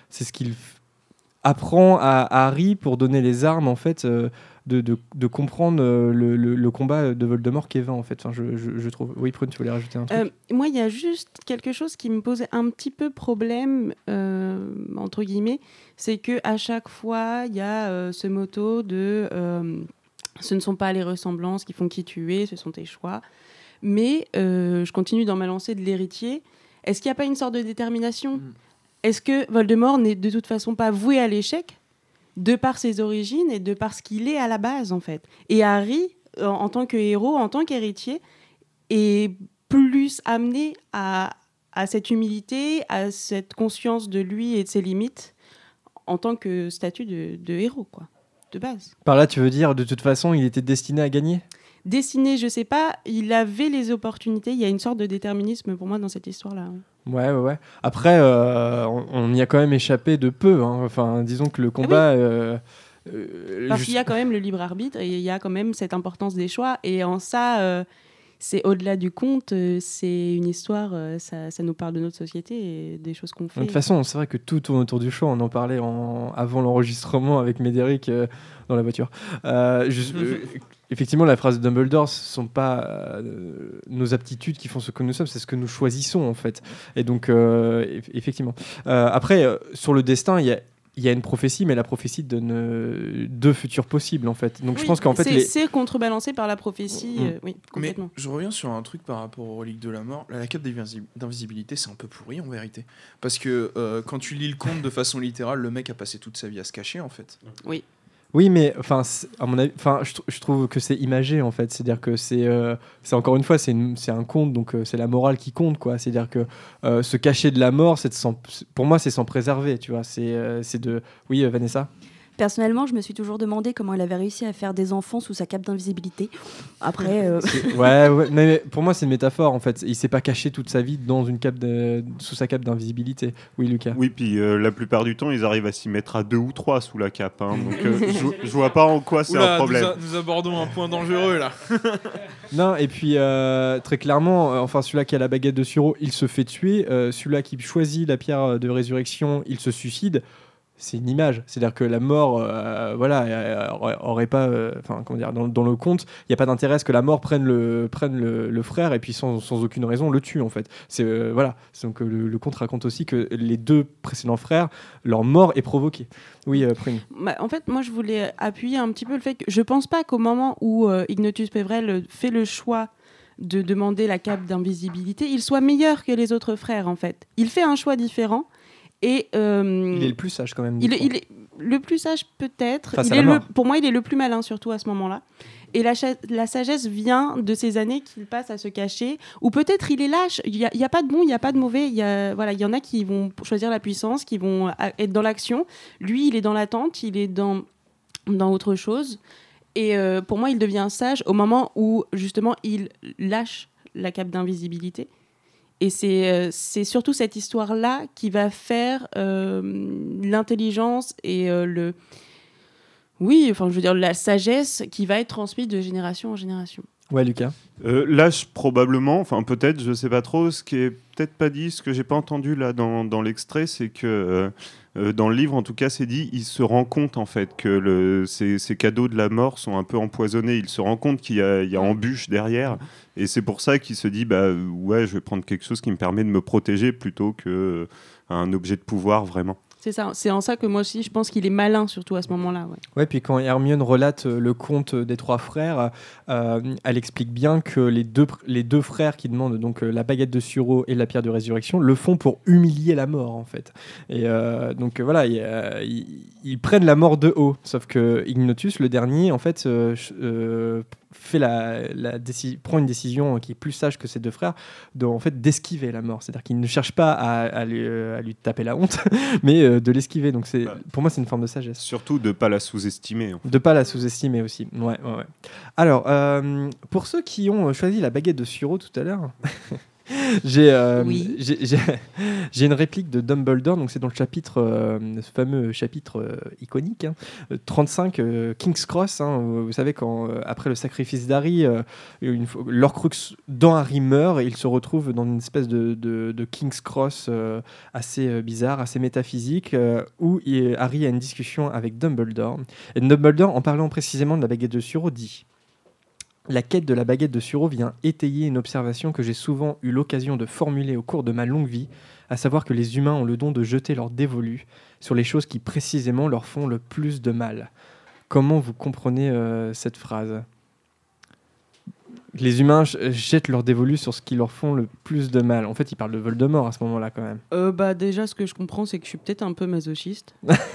apprend à Harry pour donner les armes en fait de comprendre le combat de Voldemort qui est vain en fait. Enfin, je trouve. Oui, Prune, tu voulais rajouter un truc. Moi, il y a juste quelque chose qui me posait un petit peu problème entre guillemets, c'est que à chaque fois il y a ce motto de ce ne sont pas les ressemblances qui font qui tu es, ce sont tes choix. Mais je continue dans ma lancée de l'héritier. Est-ce qu'il n'y a pas une sorte de détermination ? Est-ce que Voldemort n'est de toute façon pas voué à l'échec de par ses origines et de par ce qu'il est à la base, en fait ? Et Harry, en tant que héros, en tant qu'héritier, est plus amené à cette humilité, à cette conscience de lui et de ses limites en tant que statut de héros, quoi, de base. Par là, tu veux dire, de toute façon, il était destiné à gagner ? Destiné, je sais pas, il avait les opportunités. Il y a une sorte de déterminisme pour moi dans cette histoire-là. Ouais. Après, on y a quand même échappé de peu. Hein. Enfin, disons que le combat... Parce qu'il y a quand même le libre arbitre et il y a quand même cette importance des choix. Et en ça, c'est au-delà du conte, c'est une histoire, ça nous parle de notre société et des choses qu'on fait. De toute façon, c'est vrai que tout tourne autour du choix. On en parlait avant l'enregistrement avec Médéric dans la voiture. Effectivement, la phrase de Dumbledore, ce ne sont pas nos aptitudes qui font ce que nous sommes, c'est ce que nous choisissons en fait. Et donc, effectivement. Après, sur le destin, il y a une prophétie, mais la prophétie donne 2 futurs possibles en fait. Donc je pense qu'en fait c'est contrebalancé par la prophétie. Oui, complètement. Mais je reviens sur un truc par rapport aux reliques de la mort. La cape d'invisibilité, c'est un peu pourri en vérité, parce que quand tu lis le conte de façon littérale, le mec a passé toute sa vie à se cacher en fait. Oui. Oui, mais enfin, à mon avis, enfin, je trouve que c'est imagé en fait. C'est-à-dire que c'est encore une fois, c'est un conte, donc c'est la morale qui compte, quoi. C'est-à-dire que se cacher de la mort, pour moi, c'est s'en préserver, tu vois. C'est de. Oui, Vanessa. Personnellement, je me suis toujours demandé comment elle avait réussi à faire des enfants sous sa cape d'invisibilité. Après, Ouais, mais pour moi, c'est une métaphore en fait. Il s'est pas caché toute sa vie dans une sous sa cape d'invisibilité. Oui, Lucas. Oui, puis la plupart du temps, ils arrivent à s'y mettre à 2 ou 3 sous la cape. Donc, je vois pas en quoi c'est un problème. Nous abordons un point dangereux là. Non, et puis très clairement, enfin celui-là qui a la baguette de Suro, il se fait tuer. Celui-là qui choisit la pierre de résurrection, il se suicide. C'est une image, c'est-à-dire que la mort, aurait pas, comment dire, dans le conte, il n'y a pas d'intérêt à ce que la mort prenne le frère et puis sans aucune raison le tue en fait. C'est voilà, donc le conte raconte aussi que les deux précédents frères, leur mort est provoquée. Oui, Prune. En fait, moi je voulais appuyer un petit peu le fait que je pense pas qu'au moment où Ignotus Peverell fait le choix de demander la cape d'invisibilité, il soit meilleur que les autres frères en fait. Il fait un choix différent. Et, il est le plus sage quand même. Il est le plus sage peut-être. Pour moi, il est le plus malin surtout à ce moment-là. Et la sagesse vient de ces années qu'il passe à se cacher. Ou peut-être il est lâche. Il n'y a pas de bon, il n'y a pas de mauvais. Il y en a qui vont choisir la puissance, qui vont être dans l'action. Lui, il est dans l'attente, il est dans autre chose. Et pour moi, il devient sage au moment où justement il lâche la cape d'invisibilité. Et c'est surtout cette histoire-là qui va faire l'intelligence et la sagesse qui va être transmise de génération en génération. Ouais, Lucas. Lâche probablement, enfin peut-être, je sais pas trop. Ce qui est peut-être pas dit, ce que j'ai pas entendu là dans l'extrait, c'est que dans le livre, en tout cas, c'est dit, il se rend compte en fait que ces cadeaux de la mort sont un peu empoisonnés. Il se rend compte qu'il y a embûche derrière, et c'est pour ça qu'il se dit, ouais, je vais prendre quelque chose qui me permet de me protéger plutôt que un objet de pouvoir vraiment. C'est ça, c'est en ça que moi aussi je pense qu'il est malin surtout à ce moment-là. Ouais, puis quand Hermione relate le conte des trois frères, elle explique bien que les deux frères qui demandent donc la baguette de Suro et la pierre de résurrection le font pour humilier la mort en fait. Et donc voilà, ils prennent la mort de haut. Sauf que Ignotus, le dernier, en fait, prend une décision qui est plus sage que ses deux frères, d'esquiver la mort. C'est-à-dire qu'il ne cherche pas à lui taper la honte, mais de l'esquiver. Donc pour moi, c'est une forme de sagesse. Surtout de ne pas la sous-estimer. De ne pas la sous-estimer aussi. Ouais. Alors, pour ceux qui ont choisi la baguette de Suro tout à l'heure... J'ai une réplique de Dumbledore, donc c'est dans le chapitre, ce fameux chapitre iconique, 35, King's Cross. Vous savez, quand après le sacrifice d'Harry, l'Horcrux dans Harry meurt et il se retrouve dans une espèce de King's Cross assez bizarre, assez métaphysique, où Harry a une discussion avec Dumbledore. Et Dumbledore, en parlant précisément de la baguette de Suro, dit: la quête de la baguette de Suro vient étayer une observation que j'ai souvent eu l'occasion de formuler au cours de ma longue vie, à savoir que les humains ont le don de jeter leur dévolu sur les choses qui précisément leur font le plus de mal. Comment vous comprenez cette phrase ? Les humains jettent leur dévolu sur ce qui leur font le plus de mal. En fait, il parle de Voldemort à ce moment-là quand même. Déjà, ce que je comprends, c'est que je suis peut-être un peu masochiste.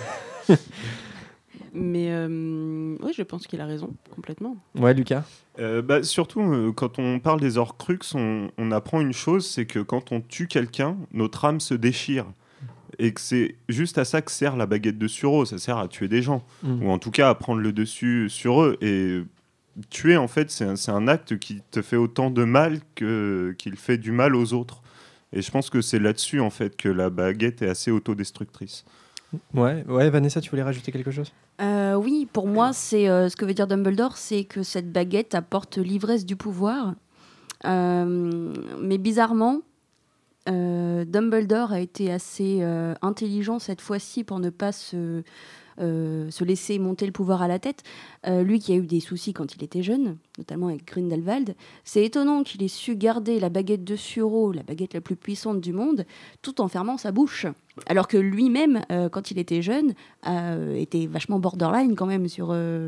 Mais oui, je pense qu'il a raison, complètement. Ouais, Lucas. Surtout, quand on parle des Horcrux, on apprend une chose, c'est que quand on tue quelqu'un, notre âme se déchire. Et que c'est juste à ça que sert la baguette de Suro. Ça sert à tuer des gens. Ou en tout cas, à prendre le dessus sur eux. Et tuer, en fait, c'est un acte qui te fait autant de mal qu'il fait du mal aux autres. Et je pense que c'est là-dessus, en fait, que la baguette est assez autodestructrice. Ouais, Vanessa, tu voulais rajouter quelque chose ? Oui, pour moi, c'est ce que veut dire Dumbledore, c'est que cette baguette apporte l'ivresse du pouvoir. Mais bizarrement, Dumbledore a été assez intelligent cette fois-ci pour ne pas se laisser monter le pouvoir à la tête. Lui qui a eu des soucis quand il était jeune, notamment avec Grindelwald, c'est étonnant qu'il ait su garder la baguette de Suro, la baguette la plus puissante du monde, tout en fermant sa bouche. Alors que lui-même, quand il était jeune, était vachement borderline quand même sur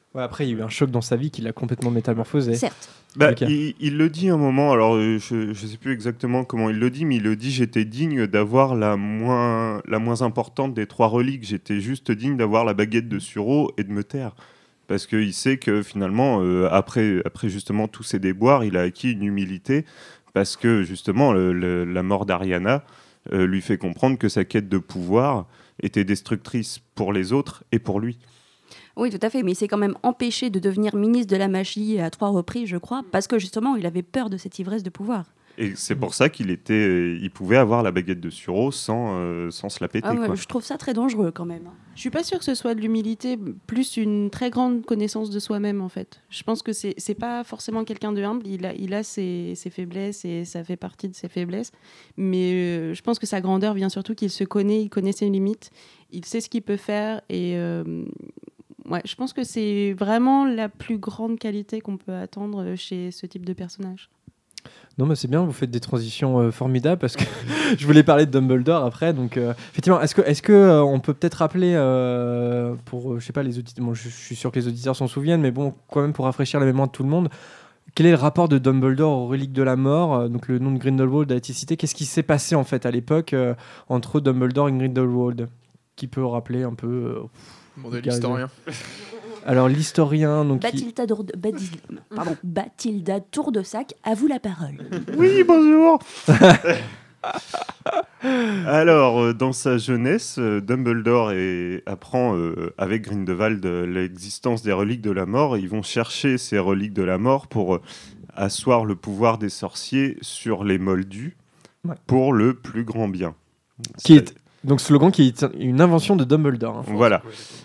Ouais, après, il y a eu un choc dans sa vie qui l'a complètement métamorphosé. Certes. Bah, Ok. il le dit un moment, alors je sais plus exactement comment il le dit, mais il le dit: j'étais digne d'avoir la moins importante des 3 reliques, j'étais juste digne d'avoir la baguette de Suro et de me taire. Parce qu'il sait que finalement, après justement tous ces déboires, il a acquis une humilité, parce que justement la mort d'Ariana lui fait comprendre que sa quête de pouvoir était destructrice pour les autres et pour lui. Oui, tout à fait, mais il s'est quand même empêché de devenir ministre de la magie à 3 reprises, je crois, parce que justement, il avait peur de cette ivresse de pouvoir. Et c'est pour ça il pouvait avoir la baguette de Suro sans se la péter. Ouais, quoi. je trouve ça très dangereux quand même. Je suis pas sûre que ce soit de l'humilité, plus une très grande connaissance de soi-même en fait. Je pense que c'est pas forcément quelqu'un de humble, il a ses faiblesses et ça fait partie de ses faiblesses, mais je pense que sa grandeur vient surtout qu'il se connaît, il connaît ses limites, il sait ce qu'il peut faire et ouais, je pense que c'est vraiment la plus grande qualité qu'on peut attendre chez ce type de personnage. Non, mais c'est bien, vous faites des transitions formidables parce que je voulais parler de Dumbledore après. Donc, effectivement, est-ce que on peut peut-être rappeler pour, je sais pas, les auditeurs, bon, je suis sûr que les auditeurs s'en souviennent, mais bon, quand même pour rafraîchir la mémoire de tout le monde, quel est le rapport de Dumbledore aux reliques de la mort? Donc, le nom de Grindelwald a été cité. Qu'est-ce qui s'est passé en fait à l'époque entre Dumbledore et Grindelwald? Qui peut rappeler un peu Demandez l'historien. Alors, l'historien. Donc, Bathilda Tourdesac, à vous la parole. Oui, bonjour. Alors, dans sa jeunesse, Dumbledore apprend avec Grindelwald l'existence des reliques de la mort. Ils vont chercher ces reliques de la mort pour asseoir le pouvoir des sorciers sur les moldus pour le plus grand bien. Donc, slogan qui est une invention de Dumbledore. Hein. Voilà.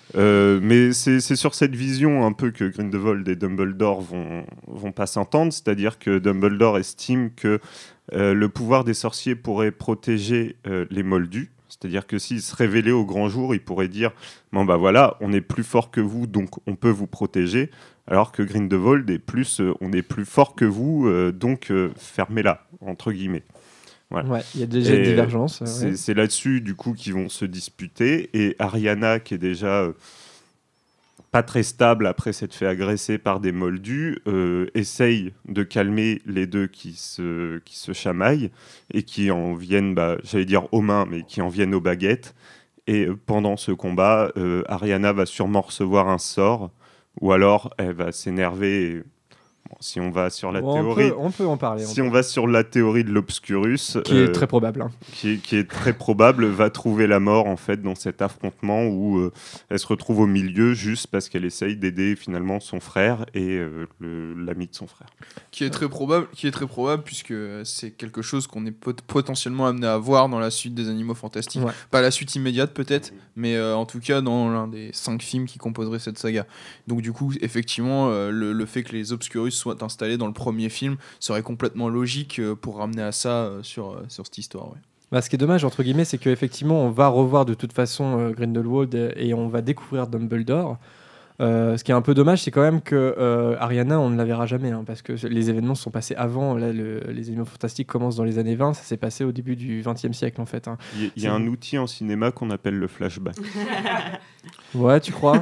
Mais c'est sur cette vision un peu que Grindelwald et Dumbledore vont pas s'entendre, c'est-à-dire que Dumbledore estime que le pouvoir des sorciers pourrait protéger les moldus, c'est-à-dire que s'ils se révélaient au grand jour, il pourrait dire bon bah voilà, on est plus fort que vous, donc on peut vous protéger, alors que Grindelwald est plus on est plus fort que vous, donc fermez-la entre guillemets. Voilà. Ouais, il y a déjà une divergence. C'est là-dessus, du coup, qu'ils vont se disputer. Et Ariana, qui est déjà pas très stable après s'être fait agresser par des moldus, essaye de calmer les deux qui se chamaillent et qui en viennent, j'allais dire aux mains, mais qui en viennent aux baguettes. Et pendant ce combat, Ariana va sûrement recevoir un sort, ou alors elle va s'énerver. Si on va sur la théorie, on peut en parler. Si on va sur la théorie de l'Obscurus, qui est très probable, hein. qui est très probable, va trouver la mort en fait dans cet affrontement où elle se retrouve au milieu juste parce qu'elle essaye d'aider finalement son frère et l'ami de son frère. Qui est très probable puisque c'est quelque chose qu'on est potentiellement amené à voir dans la suite des Animaux Fantastiques. Ouais. Pas la suite immédiate peut-être, mais en tout cas dans l'un des 5 films qui composeraient cette saga. Donc du coup, effectivement, le fait que les Obscurus soient installés dans le premier film serait complètement logique pour ramener à ça sur cette histoire. Ouais. Ce qui est dommage, entre guillemets, c'est qu'effectivement, on va revoir de toute façon Grindelwald et on va découvrir Dumbledore. Ce qui est un peu dommage, c'est quand même que Ariana, on ne la verra jamais, hein, parce que les événements se sont passés avant. Là, les Animaux Fantastiques commencent dans les années 20, ça s'est passé au début du XXe siècle, en fait. Hein. Il y a un outil en cinéma qu'on appelle le flashback. Ouais, tu crois?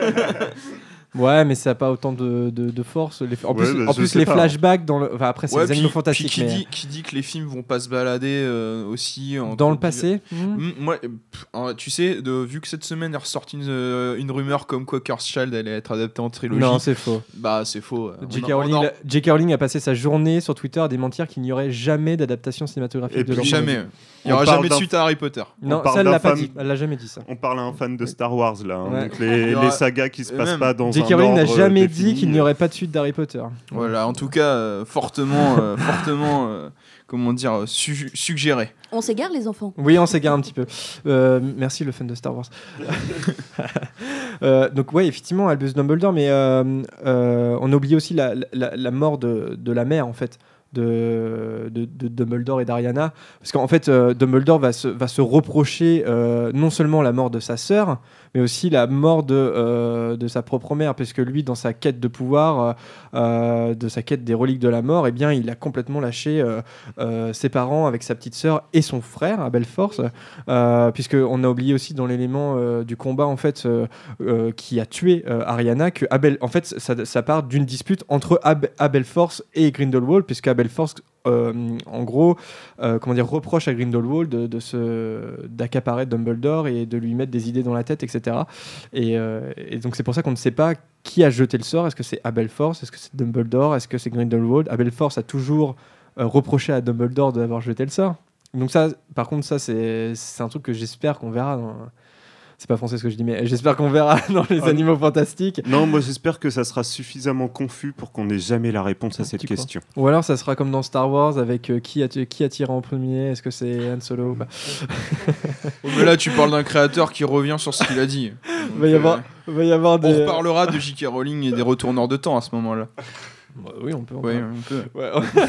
Ouais, mais ça n'a pas autant de force. En plus, les flashbacks, après, c'est les Animaux Fantastiques. Qui dit que les films vont pas se balader aussi dans le passé? Moi, tu sais, vu que cette semaine est ressortie une rumeur comme quoi Cursed Child allait être adapté en trilogie. Non, c'est faux. C'est faux. J.K. Rowling a passé sa journée sur Twitter à démentir qu'il n'y aurait jamais d'adaptation cinématographique de jamais. Il n'y aura jamais de suite à Harry Potter. Non, ça, elle l'a pas dit. Elle l'a jamais dit, ça. On parle à un fan de Star Wars, là. Hein, donc les sagas qui se passent pas dans J.K. Rowling n'a jamais dit qu'il n'y aurait pas de suite d'Harry Potter. Voilà, en tout cas, fortement, comment dire, suggéré. On s'égare, les enfants. Oui, on s'égare un petit peu. Merci, le fan de Star Wars. Donc, ouais, effectivement, Albus Dumbledore, mais on a oublié aussi la mort de la mère, en fait. de Dumbledore et d'Ariana, parce qu'en fait Dumbledore va se reprocher non seulement la mort de sa sœur, mais aussi la mort de sa propre mère, parce que lui, dans sa quête de pouvoir, de sa quête des reliques de la mort, eh bien, il a complètement lâché ses parents avec sa petite sœur et son frère, Abel Force, puisqu'on a oublié aussi dans l'élément du combat, en fait, qui a tué Ariana, que Abel, en fait, ça part d'une dispute entre Abel Force et Grindelwald, puisque Abel Force en gros, reproche à Grindelwald d'accaparer Dumbledore et de lui mettre des idées dans la tête, etc. Et donc c'est pour ça qu'on ne sait pas qui a jeté le sort. Est-ce que c'est Abel Force? Est-ce que c'est Dumbledore? Est-ce que c'est Grindelwald? Abel Force a toujours reproché à Dumbledore d'avoir jeté le sort. Donc ça, par contre, ça c'est un truc que j'espère qu'on verra dans... C'est pas français ce que je dis, mais j'espère qu'on verra dans les Animaux Fantastiques. Non, moi j'espère que ça sera suffisamment confus pour qu'on n'ait jamais la réponse à cette question. Ou alors ça sera comme dans Star Wars avec qui a tiré en premier. Est-ce que c'est Han Solo ou pas? Mais là tu parles d'un créateur qui revient sur ce qu'il a dit. Il va y avoir des... On reparlera de J.K. Rowling et des retourneurs de temps à ce moment-là. Oui, on peut. Oui, on peut. Ouais.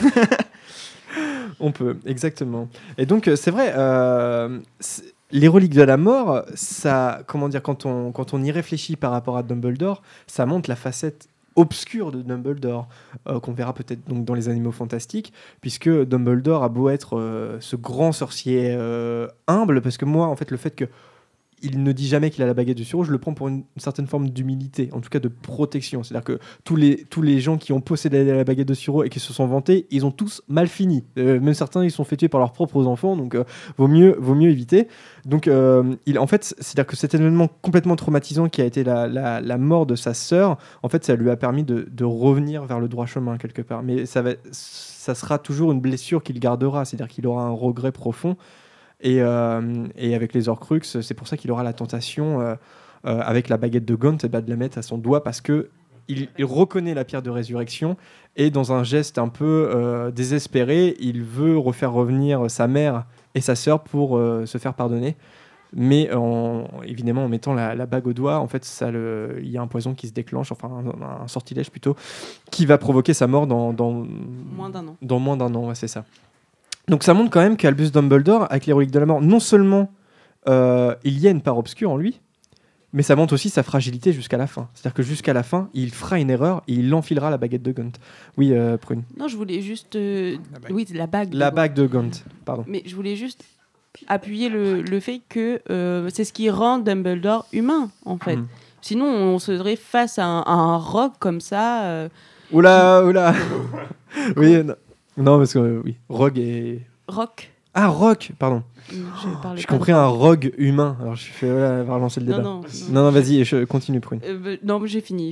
On peut, exactement. Et donc c'est vrai... Les reliques de la mort, ça, quand on y réfléchit par rapport à Dumbledore, ça montre la facette obscure de Dumbledore, qu'on verra peut-être donc dans les Animaux Fantastiques, puisque Dumbledore a beau être ce grand sorcier humble, parce que moi, en fait, le fait que il ne dit jamais qu'il a la baguette de Suro, je le prends pour une certaine forme d'humilité, en tout cas de protection. C'est-à-dire que tous les gens qui ont possédé la baguette de Suro et qui se sont vantés, ils ont tous mal fini. Même certains, ils sont fait tuer par leurs propres enfants, donc vaut mieux éviter. Donc, en fait, c'est-à-dire que cet événement complètement traumatisant qui a été la mort de sa sœur, en fait, ça lui a permis de revenir vers le droit chemin quelque part. Mais ça sera toujours une blessure qu'il gardera, c'est-à-dire qu'il aura un regret profond. Et avec les Horcruxes, c'est pour ça qu'il aura la tentation, avec la baguette de Gaunt, de la mettre à son doigt, parce qu'il reconnaît la pierre de résurrection, et dans un geste un peu désespéré, il veut refaire revenir sa mère et sa sœur pour se faire pardonner. Mais évidemment, en mettant la bague au doigt, en fait, il y a un poison qui se déclenche, enfin un sortilège plutôt, qui va provoquer sa mort dans moins d'un an. Dans moins d'un an, ouais, c'est ça. Donc ça montre quand même qu'Albus Dumbledore, avec les reliques de la mort, non seulement il y a une part obscure en lui, mais ça montre aussi sa fragilité jusqu'à la fin. C'est-à-dire que jusqu'à la fin, il fera une erreur et il enfilera la baguette de Gaunt. Oui, Prune. Non, je voulais juste... Oui, la bague. La bague de Gaunt, pardon. Mais je voulais juste appuyer le fait que c'est ce qui rend Dumbledore humain, en fait. Sinon, on serait face à un roc comme ça... Oula Oui, non, parce que oui, Rogue et... Rock. Ah, Rock, pardon. J'ai compris un rogue humain. Alors je vais relancer le débat. Non, vas-y, je continue, Prune. Non, j'ai fini.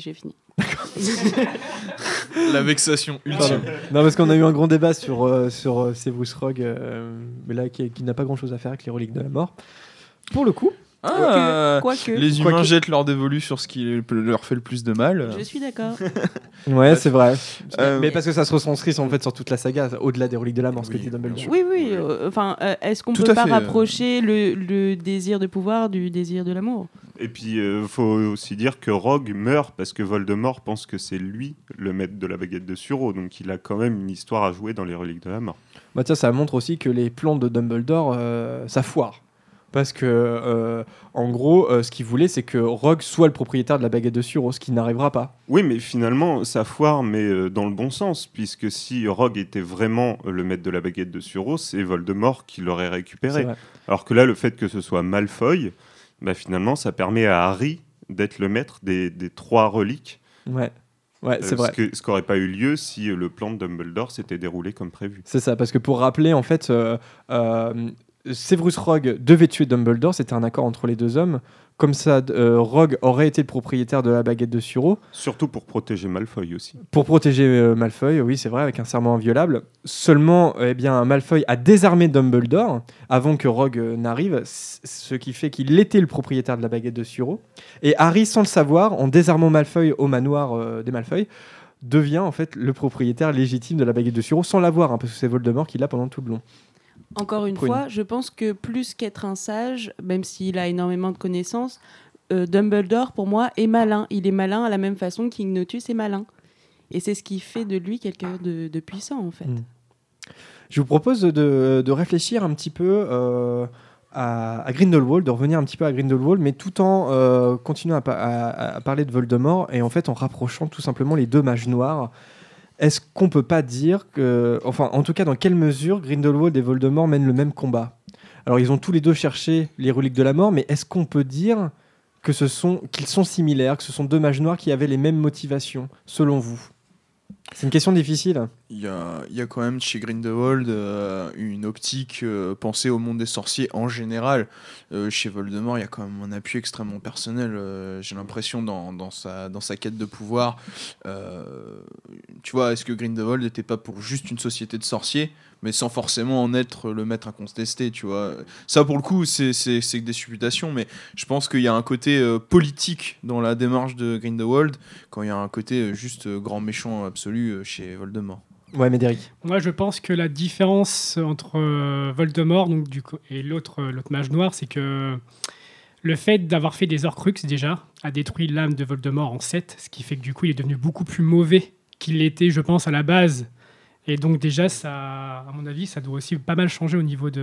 La vexation ultime. Non, parce qu'on a eu un grand débat sur Severus Rogue, mais là qui n'a pas grand-chose à faire avec les reliques de la mort. Pour le coup. Quoique. Les humains jettent leur dévolu sur ce qui leur fait le plus de mal. Je suis d'accord. Ouais, c'est vrai. Mais parce que ça se retranscrit en fait sur toute la saga, au-delà des reliques de la mort, ce que dit Dumbledore. Oui. Est-ce qu'on peut pas rapprocher le désir de pouvoir du désir de l'amour? Et puis, faut aussi dire que Rogue meurt parce que Voldemort pense que c'est lui le maître de la baguette de Suro, donc il a quand même une histoire à jouer dans les reliques de la mort. Bah ça montre aussi que les plans de Dumbledore, ça foire. Parce que, en gros, ce qu'il voulait, c'est que Rogue soit le propriétaire de la baguette de Suro, ce qui n'arrivera pas. Oui, mais finalement, ça foire, mais dans le bon sens, puisque si Rogue était vraiment le maître de la baguette de Suro, c'est Voldemort qui l'aurait récupéré. Alors que là, le fait que ce soit Malfoy, bah, finalement, ça permet à Harry d'être le maître des 3 reliques. Ouais, c'est vrai. Ce qui n'aurait pas eu lieu si le plan de Dumbledore s'était déroulé comme prévu. C'est ça, parce que pour rappeler, en fait... Severus Rogue devait tuer Dumbledore, c'était un accord entre les deux hommes. Comme ça, Rogue aurait été le propriétaire de la baguette de Suro. Surtout pour protéger Malfoy aussi. Pour protéger Malfoy, oui, c'est vrai, avec un serment inviolable. Seulement, Malfoy a désarmé Dumbledore avant que Rogue n'arrive, ce qui fait qu'il était le propriétaire de la baguette de Suro. Et Harry, sans le savoir, en désarmant Malfoy au manoir des Malfoy, devient en fait le propriétaire légitime de la baguette de Suro, sans l'avoir, parce que c'est Voldemort qui l'a pendant tout le long. Encore une fois, je pense que plus qu'être un sage, même s'il a énormément de connaissances, Dumbledore, pour moi, est malin. Il est malin à la même façon qu'Ignotus est malin. Et c'est ce qui fait de lui quelqu'un de puissant, en fait. Je vous propose de réfléchir un petit peu à Grindelwald, de revenir un petit peu à Grindelwald, mais tout en continuant à parler de Voldemort et en fait en rapprochant tout simplement les deux mages noirs. Est-ce qu'on peut pas dire que, enfin, en tout cas, dans quelle mesure Grindelwald et Voldemort mènent le même combat ? Alors, ils ont tous les deux cherché les reliques de la mort, mais est-ce qu'on peut dire qu'ils sont similaires, que ce sont deux mages noirs qui avaient les mêmes motivations, selon vous ? C'est une question difficile. Il y a quand même chez Grindelwald une optique pensée au monde des sorciers en général. Chez Voldemort, il y a quand même un appui extrêmement personnel. J'ai l'impression dans sa quête de pouvoir. Tu vois, est-ce que Grindelwald n'était pas pour juste une société de sorciers, mais sans forcément en être le maître incontesté, tu vois. Ça, pour le coup, c'est que des supputations, mais je pense qu'il y a un côté politique dans la démarche de Grindelwald, quand il y a un côté juste grand méchant absolu chez Voldemort. Ouais, Médéric. Moi, je pense que la différence entre Voldemort et l'autre mage noir, c'est que le fait d'avoir fait des Horcruxes, déjà, a détruit l'âme de Voldemort en 7, ce qui fait que du coup, il est devenu beaucoup plus mauvais qu'il l'était, je pense, à la base. Et donc déjà, ça, à mon avis, ça doit aussi pas mal changer au niveau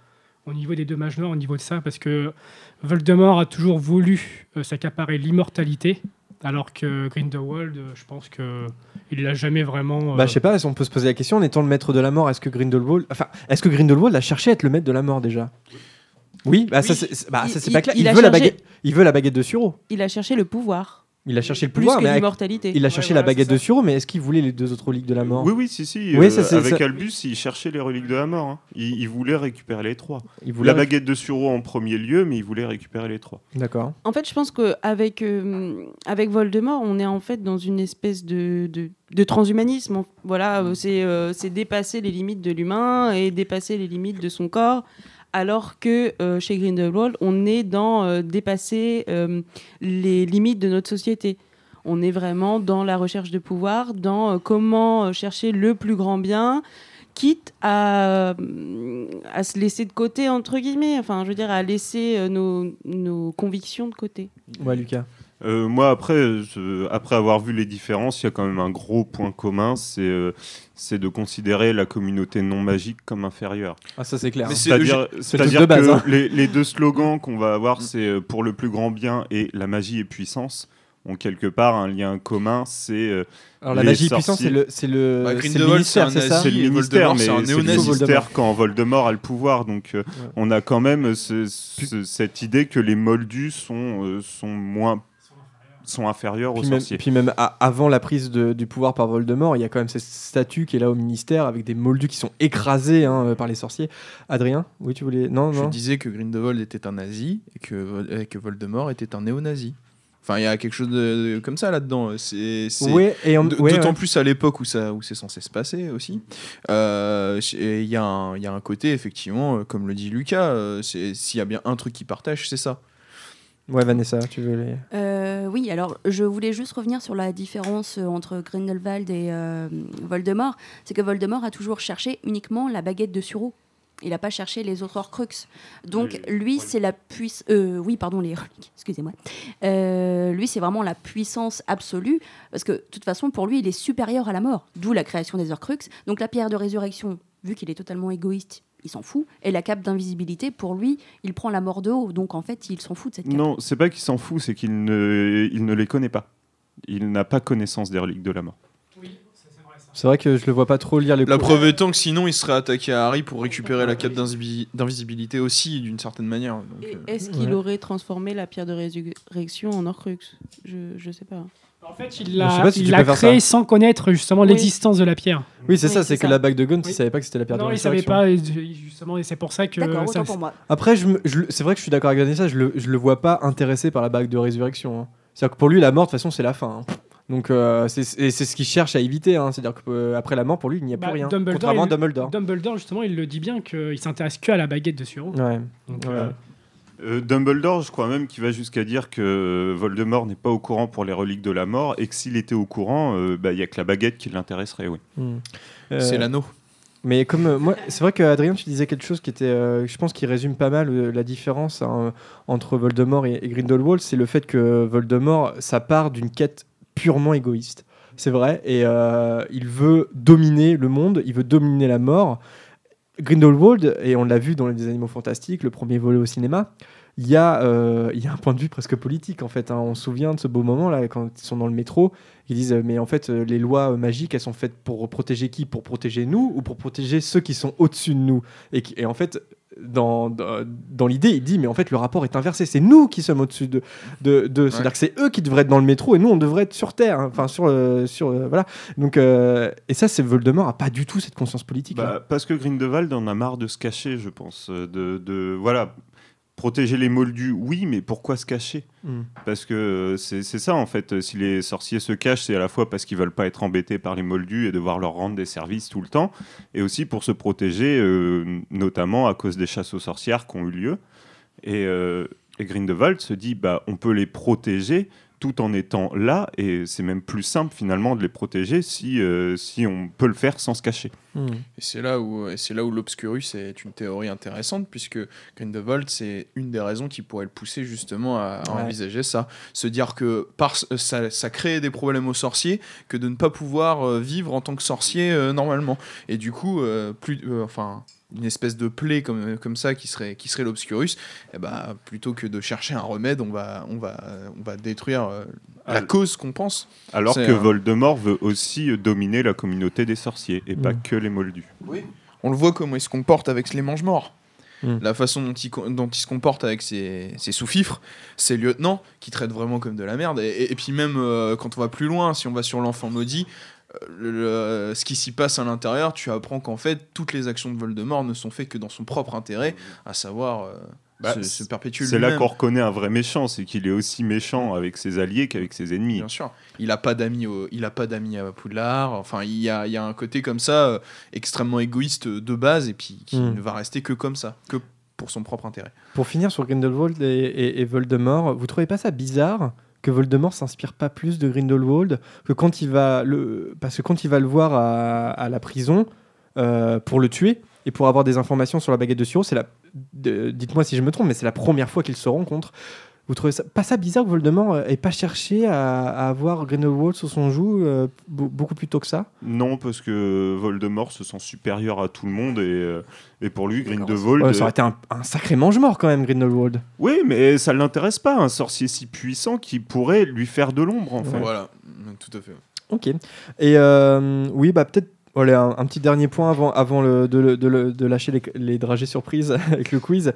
des deux mages noirs, au niveau de ça, parce que Voldemort a toujours voulu s'accaparer l'immortalité, alors que Grindelwald, je pense qu'il l'a jamais vraiment... Je sais pas, on peut se poser la question, en étant le maître de la mort, est-ce que Grindelwald a cherché à être le maître de la mort déjà ? Oui, ça c'est pas clair. Il veut la baguette de Suro. Il a cherché le pouvoir. Il a cherché le Plus pouvoir, que mais l'immortalité. il a cherché la baguette de Suro, mais est-ce qu'il voulait les deux autres reliques de la mort ? Oui, avec Albus, il cherchait les reliques de la mort. Hein. Il voulait récupérer les trois. La baguette de Suro en premier lieu, mais il voulait récupérer les trois. D'accord. En fait, je pense qu'avec avec Voldemort, on est en fait dans une espèce de transhumanisme. Voilà, c'est dépasser les limites de l'humain et dépasser les limites de son corps. Alors que chez Grindelwald, on est dans dépasser les limites de notre société. On est vraiment dans la recherche de pouvoir, dans comment chercher le plus grand bien, quitte à se laisser de côté, entre guillemets, enfin, je veux dire, à laisser nos convictions de côté. Ouais, Lucas. Moi, après avoir vu les différences, il y a quand même un gros point commun, c'est de considérer la communauté non magique comme inférieure. Ah, ça c'est clair. C'est-à-dire de base, que les deux slogans qu'on va avoir, c'est pour le plus grand bien et la magie et puissance, ont quelque part un lien commun. Alors la magie et puissance, c'est le ministère, c'est ça ? C'est le ministère, mais c'est le ministère quand Voldemort a le pouvoir. Donc on a quand même cette idée que les moldus sont inférieurs aux sorciers. Puis même avant la prise du pouvoir par Voldemort, il y a quand même cette statue qui est là au ministère avec des moldus qui sont écrasés par les sorciers. Adrien, oui, tu voulais... Non. Je disais que Grindelwald était un nazi et que Voldemort était un néo-nazi. Enfin, il y a quelque chose comme ça là-dedans. D'autant plus à l'époque où c'est censé se passer aussi. Il y a un côté, effectivement, comme le dit Lucas, s'il y a bien un truc qui partage, c'est ça. Ouais, Vanessa, tu veux les... Oui, alors je voulais juste revenir sur la différence entre Grindelwald et Voldemort. C'est que Voldemort a toujours cherché uniquement la baguette de Suro. Il n'a pas cherché les autres Horcruxes. Donc lui, c'est la puissance... les reliques, excusez-moi. Lui, c'est vraiment la puissance absolue, parce que de toute façon, pour lui, il est supérieur à la mort. D'où la création des Horcruxes. Donc la pierre de résurrection, vu qu'il est totalement égoïste, il s'en fout. Et la cape d'invisibilité, pour lui, il prend la mort de haut. Donc en fait, il s'en fout de cette cape. Non, c'est pas qu'il s'en fout, c'est qu'il ne les connaît pas. Il n'a pas connaissance des reliques de la mort. C'est vrai que je le vois pas trop lire les... La preuve étant que sinon il serait attaqué à Harry pour récupérer la cape d'invisibilité aussi, d'une certaine manière. Donc, est-ce qu'il aurait transformé la pierre de résurrection en Horcrux ? Je sais pas. En fait, il l'a créé sans connaître justement l'existence de la pierre. Oui, c'est ça, c'est que la bague de Gaunt, il savait pas que c'était la pierre de résurrection. Non, il savait pas, justement, et c'est pour ça que... D'accord, autant pour moi. Après, c'est vrai que je suis d'accord avec Vanessa, je le vois pas intéressé par la bague de résurrection. Hein. C'est-à-dire que pour lui, la mort, de toute façon, c'est la fin. Hein. Donc c'est ce qu'il cherche à éviter, hein. C'est-à-dire qu'après la mort, pour lui, il n'y a plus rien. Contrairement à Dumbledore. Dumbledore, justement, il le dit bien qu'il s'intéresse que à la baguette de Suro. Ouais. Donc, Dumbledore, je crois même qu'il va jusqu'à dire que Voldemort n'est pas au courant pour les reliques de la mort et que s'il était au courant, il n'y a que la baguette qui l'intéresserait. Oui. C'est l'anneau. Mais comme moi, c'est vrai qu'Adrien, tu disais quelque chose qui était, je pense, qui résume pas mal la différence entre Voldemort et Grindelwald, c'est le fait que Voldemort, ça part d'une quête purement égoïste. c'est vrai, et il veut dominer le monde, il veut dominer la mort. Grindelwald, et on l'a vu dans Les Animaux Fantastiques, le premier volet au cinéma, il y a un point de vue presque politique en fait. On se souvient de ce beau moment là quand ils sont dans le métro, ils disent mais en fait les lois magiques elles sont faites pour protéger qui ? Pour protéger nous ou pour protéger ceux qui sont au-dessus de nous ? Et en fait dans l'idée il dit mais en fait le rapport est inversé, c'est nous qui sommes au-dessus de c'est-à-dire que c'est eux qui devraient être dans le métro et nous on devrait être sur terre, hein. Enfin sur voilà. Donc et ça c'est Voldemort a pas du tout cette conscience politique. Parce que Grindelwald en a marre de se cacher, je pense, voilà. Protéger les moldus, oui, mais pourquoi se cacher ? Parce que c'est ça, en fait. Si les sorciers se cachent, c'est à la fois parce qu'ils veulent pas être embêtés par les moldus et devoir leur rendre des services tout le temps, et aussi pour se protéger, notamment à cause des chasses aux sorcières qui ont eu lieu. Et Grindelwald se dit, on peut les protéger tout en étant là, et c'est même plus simple finalement de les protéger si on peut le faire sans se cacher. Et c'est là où l'Obscurus est une théorie intéressante, puisque Grindelwald, c'est une des raisons qui pourrait le pousser justement à envisager ça. Se dire que ça crée des problèmes aux sorciers que de ne pas pouvoir vivre en tant que sorcier normalement. Et du coup, une espèce de plaie comme ça qui serait l'Obscurus, plutôt que de chercher un remède, on va détruire la cause qu'on pense. Alors que Voldemort veut aussi dominer la communauté des sorciers et pas que les moldus. Oui. On le voit comment il se comporte avec les mange-morts. La façon dont il se comporte avec ses sous-fifres, ses lieutenants qui traitent vraiment comme de la merde. Et puis même quand on va plus loin, si on va sur l'enfant maudit, ce qui s'y passe à l'intérieur, tu apprends qu'en fait toutes les actions de Voldemort ne sont faites que dans son propre intérêt, à savoir se perpétuer c'est lui-même. là qu'on reconnaît un vrai méchant, c'est qu'il est aussi méchant avec ses alliés qu'avec ses ennemis. Bien sûr, il a pas d'amis à Poudlard. Enfin, il y a un côté comme ça extrêmement égoïste de base, et puis qui ne va rester que comme ça, que pour son propre intérêt. Pour finir sur Grindelwald et Voldemort, vous trouvez pas ça bizarre que Voldemort s'inspire pas plus de Grindelwald que quand il va parce que quand il va le voir à la prison pour le tuer et pour avoir des informations sur la baguette de Suro, dites-moi si je me trompe, mais c'est la première fois qu'ils se rencontrent. Vous trouvez pas ça bizarre que Voldemort ait pas cherché à avoir Grindelwald sur son joug beaucoup plus tôt que ça ? Non, parce que Voldemort se sent supérieur à tout le monde et pour lui, Grindelwald... ça aurait été un sacré mange-mort quand même, Grindelwald. Oui, mais ça ne l'intéresse pas, un sorcier si puissant qui pourrait lui faire de l'ombre, en fait. Voilà, tout à fait. Ok. Et oui, peut-être un petit dernier point avant de lâcher les dragées surprises avec le quiz.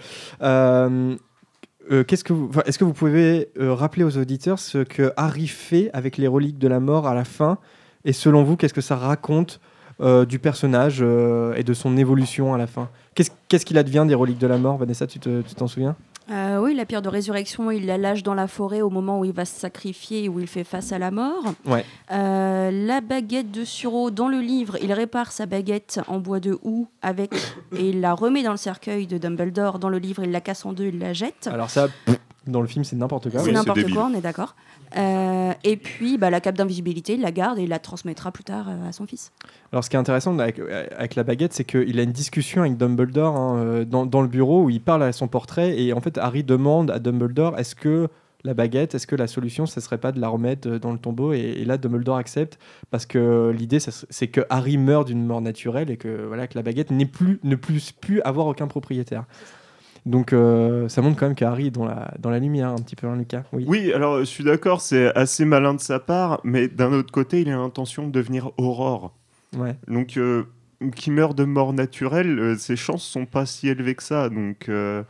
Est-ce que vous pouvez rappeler aux auditeurs ce que Harry fait avec les reliques de la mort à la fin, et selon vous, qu'est-ce que ça raconte du personnage et de son évolution à la fin ? Qu'est-ce qu'il advient des reliques de la mort ? Vanessa, tu t'en souviens ? Oui, la pierre de résurrection, il la lâche dans la forêt au moment où il va se sacrifier, où il fait face à la mort. Ouais. La baguette de Suro, dans le livre, il répare sa baguette en bois de houx et il la remet dans le cercueil de Dumbledore. Dans le livre, il la casse en deux, il la jette. Alors ça, dans le film, c'est n'importe quoi. C'est n'importe quoi, on est d'accord. Et puis, la cape d'invisibilité, il la garde et il la transmettra plus tard à son fils. Alors, ce qui est intéressant avec la baguette, c'est qu'il a une discussion avec Dumbledore dans le bureau où il parle à son portrait, et en fait, Harry demande à Dumbledore est-ce que la solution, ce serait pas de la remettre dans le tombeau, et là, Dumbledore accepte, parce que l'idée, c'est que Harry meurt d'une mort naturelle et que la baguette ne puisse plus avoir aucun propriétaire. Donc ça montre quand même qu'Harry est dans la lumière un petit peu, hein, Lucas. Oui, alors je suis d'accord, c'est assez malin de sa part, mais d'un autre côté, il a l'intention de devenir Aurore. Ouais. Donc qui meurt de mort naturelle, ses chances sont pas si élevées que ça. Donc là,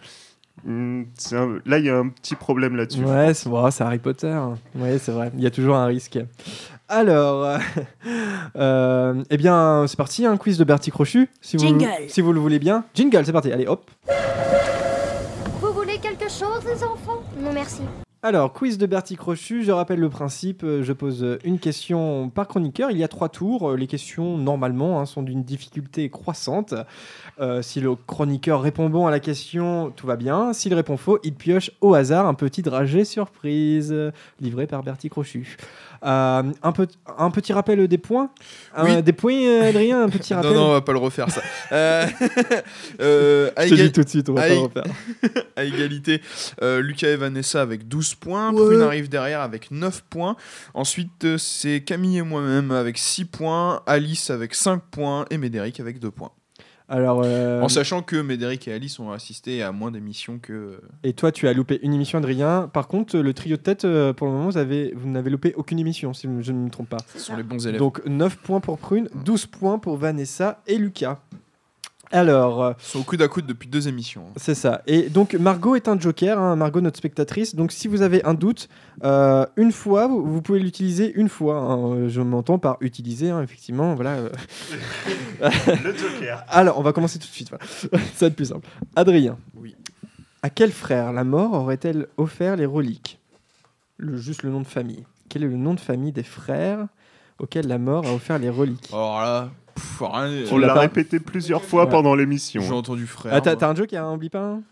il y a un petit problème là-dessus. Ouais, c'est Harry Potter. Ouais, c'est vrai. Il y a toujours un risque. Alors, eh bien, c'est parti, un quiz de Bertie Crochu. Si vous le voulez bien. Jingle, c'est parti. Allez, hop. Vous voulez quelque chose, les enfants ? Non, merci. Alors, quiz de Bertie Crochu, je rappelle le principe, je pose une question par chroniqueur, il y a 3 tours, les questions normalement sont d'une difficulté croissante. Si le chroniqueur répond bon à la question, tout va bien, s'il répond faux, il pioche au hasard un petit dragée surprise, livré par Bertie Crochu. Un petit rappel des points. Oui. Des points, Adrien, un petit rappel. Non, on va pas le refaire ça. Je te dis tout de suite, on va pas le refaire. À égalité, Lucas et Vanessa avec 12 12 points. Prune arrive derrière avec 9 points. Ensuite, c'est Camille et moi-même avec 6 points. Alice avec 5 points. Et Médéric avec 2 points. Alors, En sachant que Médéric et Alice ont assisté à moins d'émissions que... Et toi, tu as loupé une émission, Adrien. Par contre, le trio de tête, pour le moment, vous n'avez loupé aucune émission, si je ne me trompe pas. Ce sont les bons élèves. Donc, 9 points pour Prune, 12 points pour Vanessa et Lucas. Alors, Ils sont au coude à coude depuis 2 émissions. c'est ça. Et donc, Margot est un joker, hein, Margot, notre spectatrice. Donc, si vous avez un doute, une fois, vous pouvez l'utiliser une fois. Hein. Je m'entends par utiliser, hein, effectivement. Voilà. Le Joker. Alors, on va commencer tout de suite. Voilà. Ça va être plus simple. Adrien. Oui. À quel frère la mort aurait-elle offert les reliques ? Juste le nom de famille. Quel est le nom de famille des frères auxquels la mort a offert les reliques ? Alors là, rien... On l'as l'a pas répété plusieurs fois Ouais. pendant l'émission. J'ai entendu frère. Ah, t'as un joker, hein, oublie pas. Hein.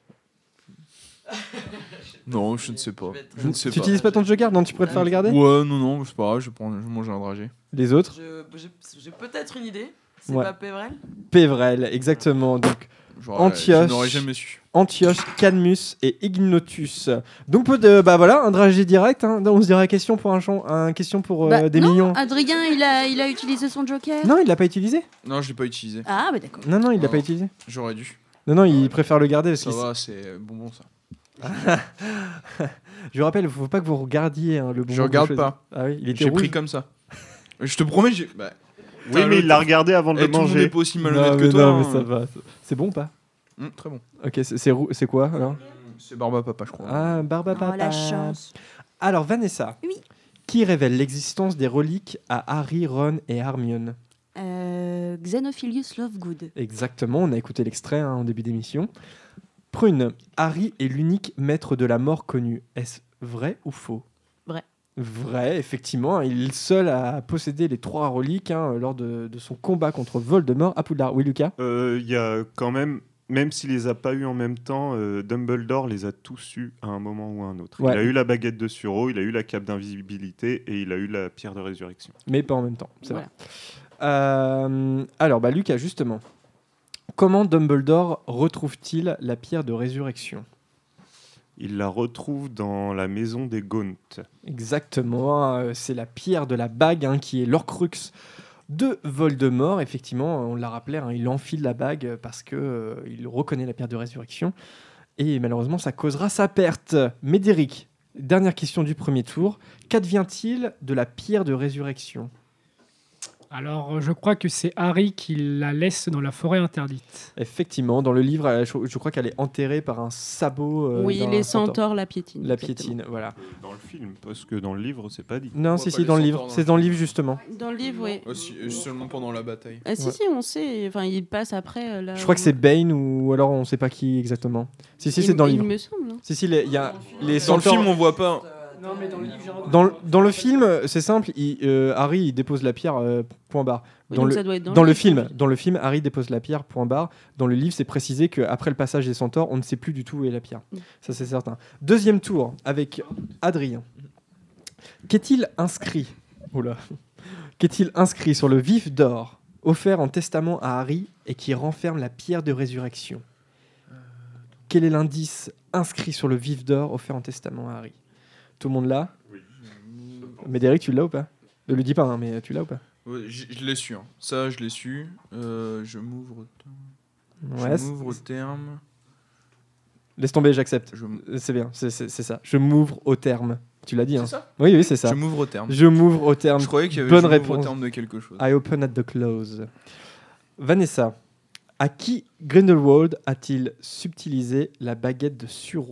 Non, je ne sais pas. Je ne sais Tu pas. utilises pas ton joker ? Non, tu pourrais te faire le garder ? Ouais, non, c'est pas grave, je vais manger un dragé. Les autres ? J'ai peut-être une idée. C'est Ouais. pas Pévrel? Pévrel, exactement. Donc, Je Antioche, n'aurais jamais su. Antioche, Cadmus et Ignotus. Donc, bah voilà, un dragé direct. Hein. On se dirait la question pour un question pour des non, millions. Adrien, il a utilisé son joker. Non, il l'a pas utilisé. Non, je l'ai pas utilisé. Ah, bah d'accord. Non, il l'a Oh. pas utilisé. J'aurais dû. Non, il préfère le garder parce Ça qu'il va, c'est bonbon ça. Je vous rappelle, il faut pas que vous regardiez hein, le bon. Je regarde pas. Ah oui, il était J'ai rouge. pris comme ça. Je te promets, j'ai... Bah, Oui, mais il l'a regardé avant de le tout le monde manger. n'est pas aussi Non, malhonnête mais que toi. non, mais hein. ça va. C'est bon ou pas ? Très bon. Ok, c'est quoi alors ? C'est Barba Papa, je crois. Ah, Barba Oh, Papa. la chance. Alors, Vanessa. Oui. Qui révèle l'existence des reliques à Harry, Ron et Hermione ? Xenophilius Lovegood. Exactement, on a écouté l'extrait hein, en début d'émission. Prune, Harry est l'unique maître de la mort connu. Est-ce vrai ou faux ? Vrai. Vrai, effectivement. Il est le seul à posséder les 3 reliques hein, lors de son combat contre Voldemort à Poudlard. Oui, Lucas ? Il y a quand même s'il les a pas eu en même temps, Dumbledore les a tous eus à un moment ou à un autre. Ouais. Il a eu la baguette de Suro, il a eu la cape d'invisibilité et il a eu la pierre de résurrection. Mais pas en même temps, c'est Voilà. vrai. Alors, Lucas, justement, comment Dumbledore retrouve-t-il la pierre de résurrection ? Il la retrouve dans la maison des Gaunt. Exactement, c'est la pierre de la bague hein, qui est l'Orcrux de Voldemort. Effectivement, on l'a rappelé, hein, il enfile la bague parce que il reconnaît la pierre de résurrection et malheureusement ça causera sa perte. Médéric, dernière question du premier tour. Qu'advient-il de la pierre de résurrection ? Alors, je crois que c'est Harry qui la laisse dans la forêt interdite. Effectivement, dans le livre, je crois qu'elle est enterrée par un sabot. Oui, d'un les centaure. centaures la piétinent. La exactement. piétine, voilà. Dans le film, parce que dans le livre, c'est pas dit. Non, voit si, pas si, les dans le centaures livre. dans C'est le dans le livre, justement. Dans le livre, oui. Seulement pendant la bataille. Ah, si, Ouais. si, on sait. Enfin, il passe après. Là, Je crois que c'est Bane ou alors on sait pas qui exactement. Si, c'est dans le livre. Il me semble. Hein. Si, il y a les Dans le centaures. film, on voit pas. Non, mais dans le livre, Dans le film, c'est simple. Harry il dépose la pierre. Point barre. Oui, Dans donc le, ça doit être dans le livre. film, Harry dépose la pierre. Point barre. Dans le livre, c'est précisé qu'après le passage des centaures, on ne sait plus du tout où est la pierre. Ça, c'est certain. Deuxième tour avec Adrien. Qu'est-il inscrit Oula. Qu'est-il inscrit sur le vif d'or offert en testament à Harry et qui renferme la pierre de résurrection ? Quel est l'indice inscrit sur le vif d'or offert en testament à Harry ? Tout le monde l'a ? Oui. Médéric, tu l'as ou pas ? Ne le dis pas, hein, mais tu l'as ou pas ? Ouais, je l'ai su. Hein. Ça, je l'ai su. Je m'ouvre. Ouais, Je m'ouvre au terme. laisse tomber, j'accepte. Je C'est bien, c'est ça. Je m'ouvre au terme. Tu l'as dit, hein ? C'est ça ? Oui, c'est ça. Je m'ouvre au terme. Je m'ouvre au terme. Je croyais qu'il y avait Bonne je m'ouvre au réponse. terme de quelque chose. I open at the close. Vanessa, à qui Grindelwald a-t-il subtilisé la baguette de Suro ?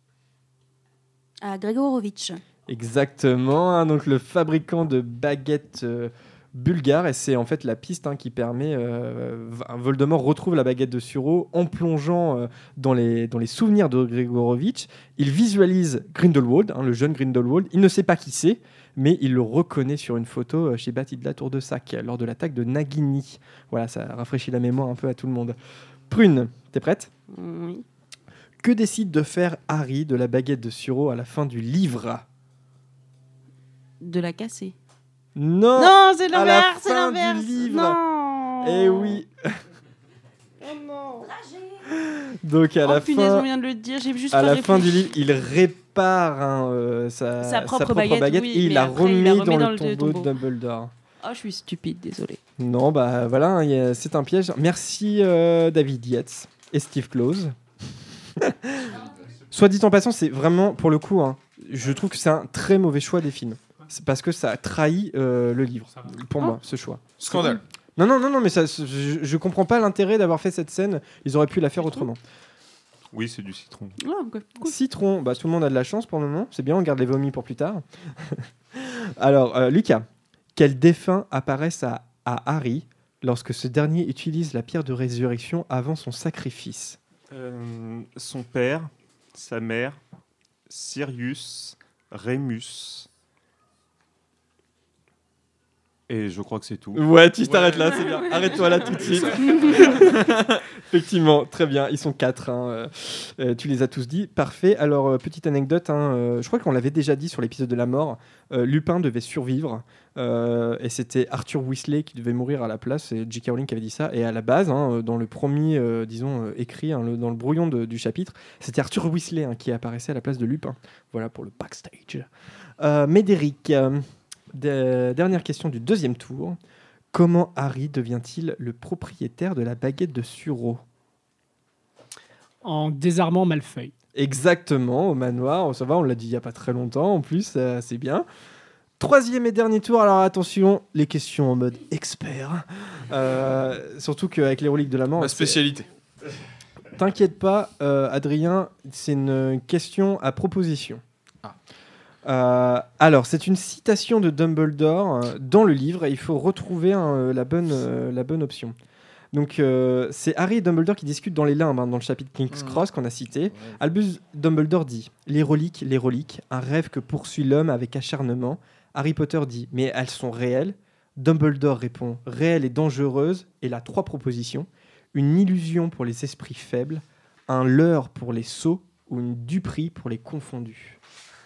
À Gregorovitch. Exactement, hein, donc le fabricant de baguettes bulgare, et c'est en fait la piste hein, qui permet. Voldemort retrouve la baguette de Suro en plongeant dans les souvenirs de Gregorovitch. Il visualise Grindelwald, hein, le jeune Grindelwald. Il ne sait pas qui c'est, mais il le reconnaît sur une photo chez Bathilde la Tour de Sac lors de l'attaque de Nagini. Voilà, ça rafraîchit la mémoire un peu à tout le monde. Prune, t'es prête ? Oui. Que décide de faire Harry de la baguette de Suro à la fin du livre ? De la casser. Non, Non, c'est à la l'inverse, c'est fin du l'inverse. livre. Non. Eh oui. Oh non. Donc à la punaise, on fin, vient de le dire, j'ai juste à pas la fin du réfléchi. livre, il répare Sa propre baguette, oui, et il mais la après, remis il la remet dans dans le le tombeau de tombeau. Dumbledore. Oh, je suis stupide, désolée. Non, bah voilà, hein, c'est un piège. Merci David Yates et Steve Close. Soit dit en passant, c'est vraiment, pour le coup, hein, je trouve que c'est un très mauvais choix des films. C'est parce que ça trahit le livre, pour moi, ce choix. Scandale. Non, mais ça, je comprends pas l'intérêt d'avoir fait cette scène. Ils auraient pu la faire autrement. Oui, c'est du citron. Ah, ok, cool. Citron, bah, tout le monde a de la chance pour le moment. C'est bien, on garde les vomis pour plus tard. Alors, Lucas, quels défunts apparaissent à Harry lorsque ce dernier utilise la pierre de résurrection avant son sacrifice? Son père, sa mère, Sirius, Rémus. Et je crois que c'est tout. Ouais, tu t'arrêtes là, c'est bien. Arrête-toi là tout de suite. Effectivement, très bien. Ils sont 4. Hein. Tu les as tous dit. Parfait. Alors, petite anecdote. Hein, je crois qu'on l'avait déjà dit sur l'épisode de la mort. Lupin devait survivre. Et c'était Arthur Weasley qui devait mourir à la place. C'est J.K. Rowling qui avait dit ça. Et à la base, hein, dans le premier, écrit, hein, dans le brouillon du chapitre, c'était Arthur Weasley hein, qui apparaissait à la place de Lupin. Voilà pour le backstage. Médéric, dernière question du deuxième tour. Comment Harry devient-il le propriétaire de la baguette de Suro? En désarmant Malfoy. Exactement, au manoir. Ça va, on l'a dit il n'y a pas très longtemps. En plus, c'est bien. Troisième et dernier tour. Alors attention, les questions en mode expert. Surtout qu'avec les reliques de la mort... Ma spécialité. T'inquiète pas, Adrien, c'est une question à proposition. Alors, c'est une citation de Dumbledore dans le livre et il faut retrouver la bonne option. Donc, c'est Harry et Dumbledore qui discutent dans les limbes, hein, dans le chapitre King's Cross qu'on a cité. Albus Dumbledore dit « Les reliques, un rêve que poursuit l'homme avec acharnement. » Harry Potter dit « Mais elles sont réelles ?» Dumbledore répond « Réelles et dangereuses. » Et là, 3 propositions. Une illusion pour les esprits faibles, un leurre pour les sots ou une duperie pour les confondus.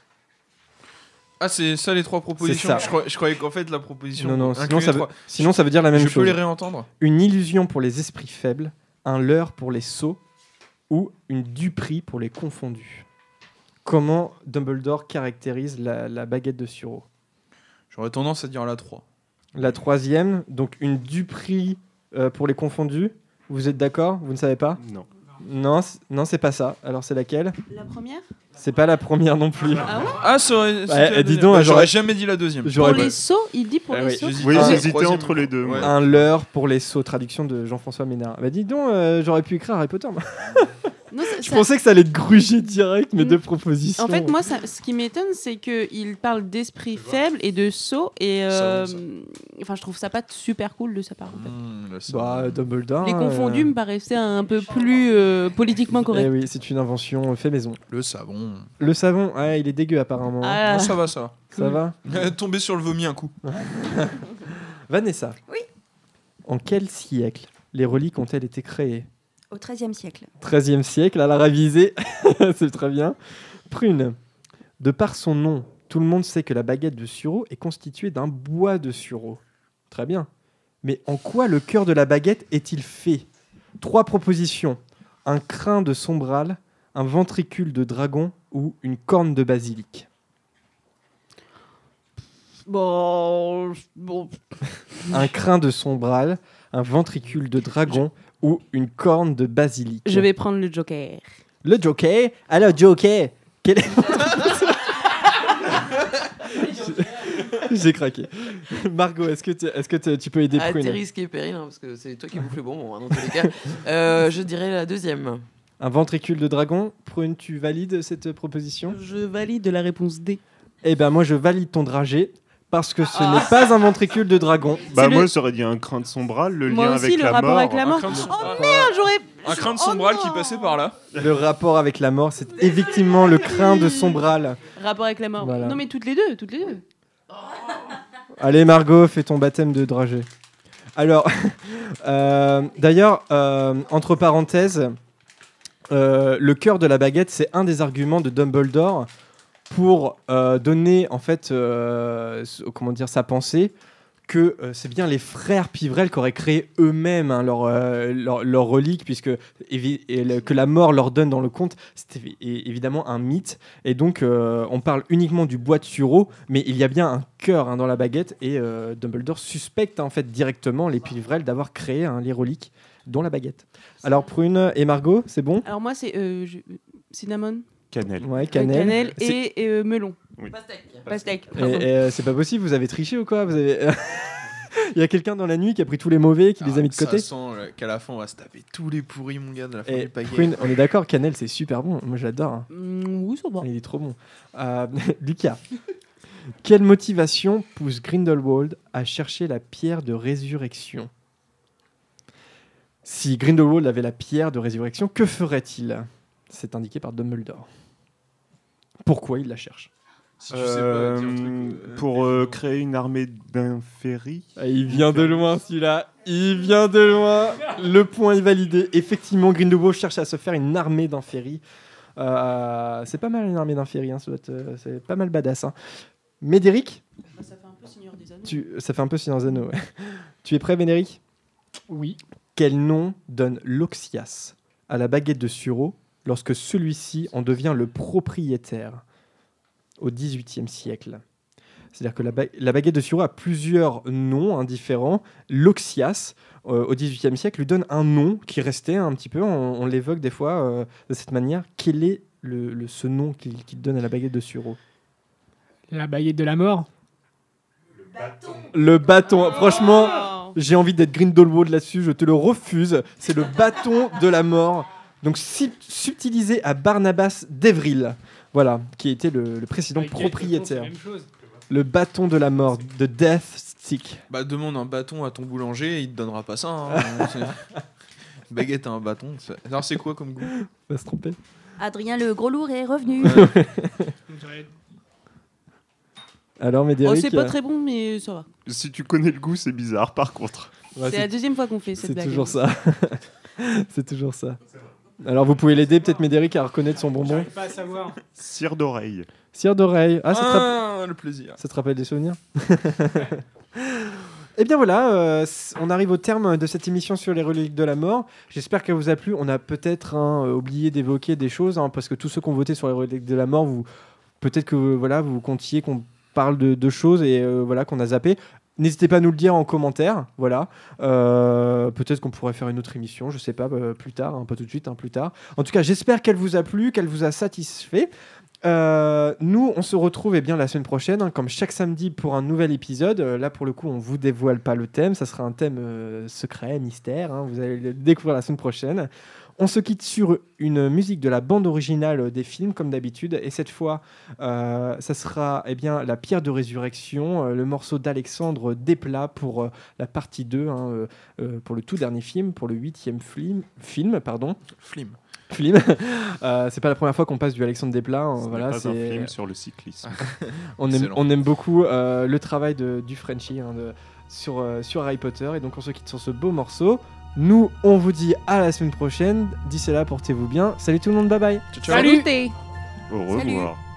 Ah, c'est ça les 3 propositions. C'est ça. Je croyais qu'en fait la proposition. Non, sinon ça veut dire la même chose. Je peux les réentendre. Une illusion pour les esprits faibles, un leurre pour les sots ou une duperie pour les confondus. Comment Dumbledore caractérise la baguette de Suro? J'aurais tendance à dire la 3. La 3e, donc une duperie pour les confondus. Vous êtes d'accord? Vous ne savez pas? Non. Non, c'est pas ça. Alors c'est laquelle? La première? C'est pas la première non plus. Ah ouais? Ah, ça aurait. Dis donc, j'aurais jamais dit la 2e. Pour les sots, il dit pour les sots. Oui, j'hésitais entre les deux. Ouais. Un leurre pour les sots, traduction de Jean-François Ménard. Bah dis donc, j'aurais pu écrire Harry Potter. Moi. Non, Je pensais que ça allait te gruger direct, mes 2 propositions. En fait, moi, ce qui m'étonne, c'est qu'il parle d'esprit faible et de sots. Et enfin, je trouve ça pas super cool de sa part. En fait. Bah, Dumbledore. Les confondus me paraissaient un peu plus politiquement correct. Eh oui, c'est une invention fait maison. Le savon. Le savon, il est dégueu apparemment. Ah. Ça va. Ça va. Tomber sur le vomi un coup. Vanessa. Oui. En quel siècle les reliques ont-elles été créées? Au XIIIe siècle. 13e siècle, à la réviser. C'est très bien. Prune. De par son nom, tout le monde sait que la baguette de Suro est constituée d'un bois de Suro. Très bien. Mais en quoi le cœur de la baguette est-il fait? 3 propositions. Un crin de sombral, un ventricule de dragon ou une corne de basilic. Bon. Un crin de sombral, un ventricule de dragon ou une corne de basilic. Je vais prendre le Joker. Le Joker? Alors, Joker, quel est J'ai craqué. Margot, est-ce que tu peux aider Prune? T'es risqué, Péril, hein, parce que c'est toi qui bouffe le bonbon, hein, dans tous les cas. Je dirais la 2e. Un ventricule de dragon. Prune, tu valides cette proposition? Je valide la réponse D. Eh ben, moi, je valide ton dragé. Parce que ce n'est pas un ventricule de dragon. Bah moi j'aurais dit un crin de sombral, le lien avec la mort. Avec la mort. Oh merde, j'aurais... Un crin de sombral qui passait par là. Le rapport avec la mort, c'est effectivement le crin de sombral. Rapport avec la mort. Voilà. Non mais toutes les deux. Allez Margot, fais ton baptême de dragé. Alors, d'ailleurs, entre parenthèses, le cœur de la baguette, c'est un des arguments de Dumbledore pour donner en fait, sa pensée, que c'est bien les frères Pivrel qui auraient créé eux-mêmes leur relique, puisque que la mort leur donne dans le conte, c'était évidemment un mythe. Et donc, on parle uniquement du bois de sureau, mais il y a bien un cœur dans la baguette, et Dumbledore suspecte en fait directement les Pivrel d'avoir créé les reliques, dont la baguette. Alors, Prune et Margot, c'est bon ? Alors moi, c'est cinnamon. Cannelle. Ouais, cannelle. Et melon. Oui. Pastèque. Et c'est pas possible, vous avez triché ou quoi ? Il y a quelqu'un dans la nuit qui a pris tous les mauvais, qui les a mis de côté. Ça sent qu'à la fin, on va se taper tous les pourris, mon gars, de la fin Et du paquet. Prune, on est d'accord, cannelle, c'est super bon. Moi, j'adore. Oui, ça va. Il est trop bon. Lucas, quelle motivation pousse Grindelwald à chercher la pierre de résurrection ? Si Grindelwald avait la pierre de résurrection, que ferait-il ? C'est indiqué par Dumbledore. Pourquoi il la cherche ? Si tu sais pas, dis un truc, pour créer une armée d'inféries. Il vient de loin, celui-là. Il vient de loin. Le point est validé. Effectivement, Grindelwald cherche à se faire une armée d'inféries. C'est pas mal une armée d'inféries. C'est pas mal badass. Médéric ? Ça fait un peu Seigneur des Anneaux. Ça fait un peu Seigneur des Anneaux, ouais. Tu es prêt, Médéric ? Oui. Quel nom donne l'Oxias à la baguette de Sureau lorsque celui-ci en devient le propriétaire au XVIIIe siècle ? C'est-à-dire que la baguette de Sureau a plusieurs noms différents. L'Oxias, au XVIIIe siècle, lui donne un nom qui restait un petit peu, on l'évoque des fois de cette manière. Quel est ce nom qu'il donne à la baguette de Sureau ? La baguette de la mort. Le bâton. Franchement, j'ai envie d'être Grindelwald là-dessus, je te le refuse. C'est le bâton de la mort. Donc subtilisé à Barnabas d'Evril, voilà, qui était le précédent propriétaire. Le bâton de la mort, de Death Stick. Bah demande un bâton à ton boulanger, il te donnera pas ça. Baguette à un bâton. Alors c'est quoi comme goût ? On va se tromper. Adrien le gros lourd est revenu. Alors Médéric, c'est pas très bon, mais ça va. Si tu connais le goût, c'est bizarre par contre. Ouais, c'est la deuxième fois qu'on fait cette blague. C'est toujours ça. C'est toujours ça. Alors vous pouvez l'aider peut-être Médéric à reconnaître son bonbon. J'arrive pas à savoir. Cire d'oreille. Cire d'oreille. Le plaisir. Ça te rappelle des souvenirs ? Et bien voilà, on arrive au terme de cette émission sur les reliques de la mort. J'espère qu'elle vous a plu. On a peut-être oublié d'évoquer des choses, parce que tous ceux qui ont voté sur les reliques de la mort, peut-être que vous comptiez qu'on parle de choses et qu'on a zappé. N'hésitez pas à nous le dire en commentaire, voilà. Peut-être qu'on pourrait faire une autre émission, je sais pas, plus tard, pas tout de suite, plus tard. En tout cas, j'espère qu'elle vous a plu, qu'elle vous a satisfait. Nous, on se retrouve la semaine prochaine, comme chaque samedi, pour un nouvel épisode. Là, pour le coup, on vous dévoile pas le thème, ça sera un thème secret, mystère. Vous allez le découvrir la semaine prochaine. On se quitte sur une musique de la bande originale des films, comme d'habitude. Et cette fois, ça sera la pierre de résurrection, le morceau d'Alexandre Desplat pour la partie 2, pour le tout dernier film, pour le 8e film. C'est pas la première fois qu'on passe du Alexandre Desplat. Voilà, c'est un film sur le cyclisme. on aime beaucoup le travail du Frenchie sur Harry Potter. Et donc, on se quitte sur ce beau morceau. Nous, on vous dit à la semaine prochaine. D'ici là, portez-vous bien. Salut tout le monde, bye bye. Ciao. Salut. Au revoir. Salut.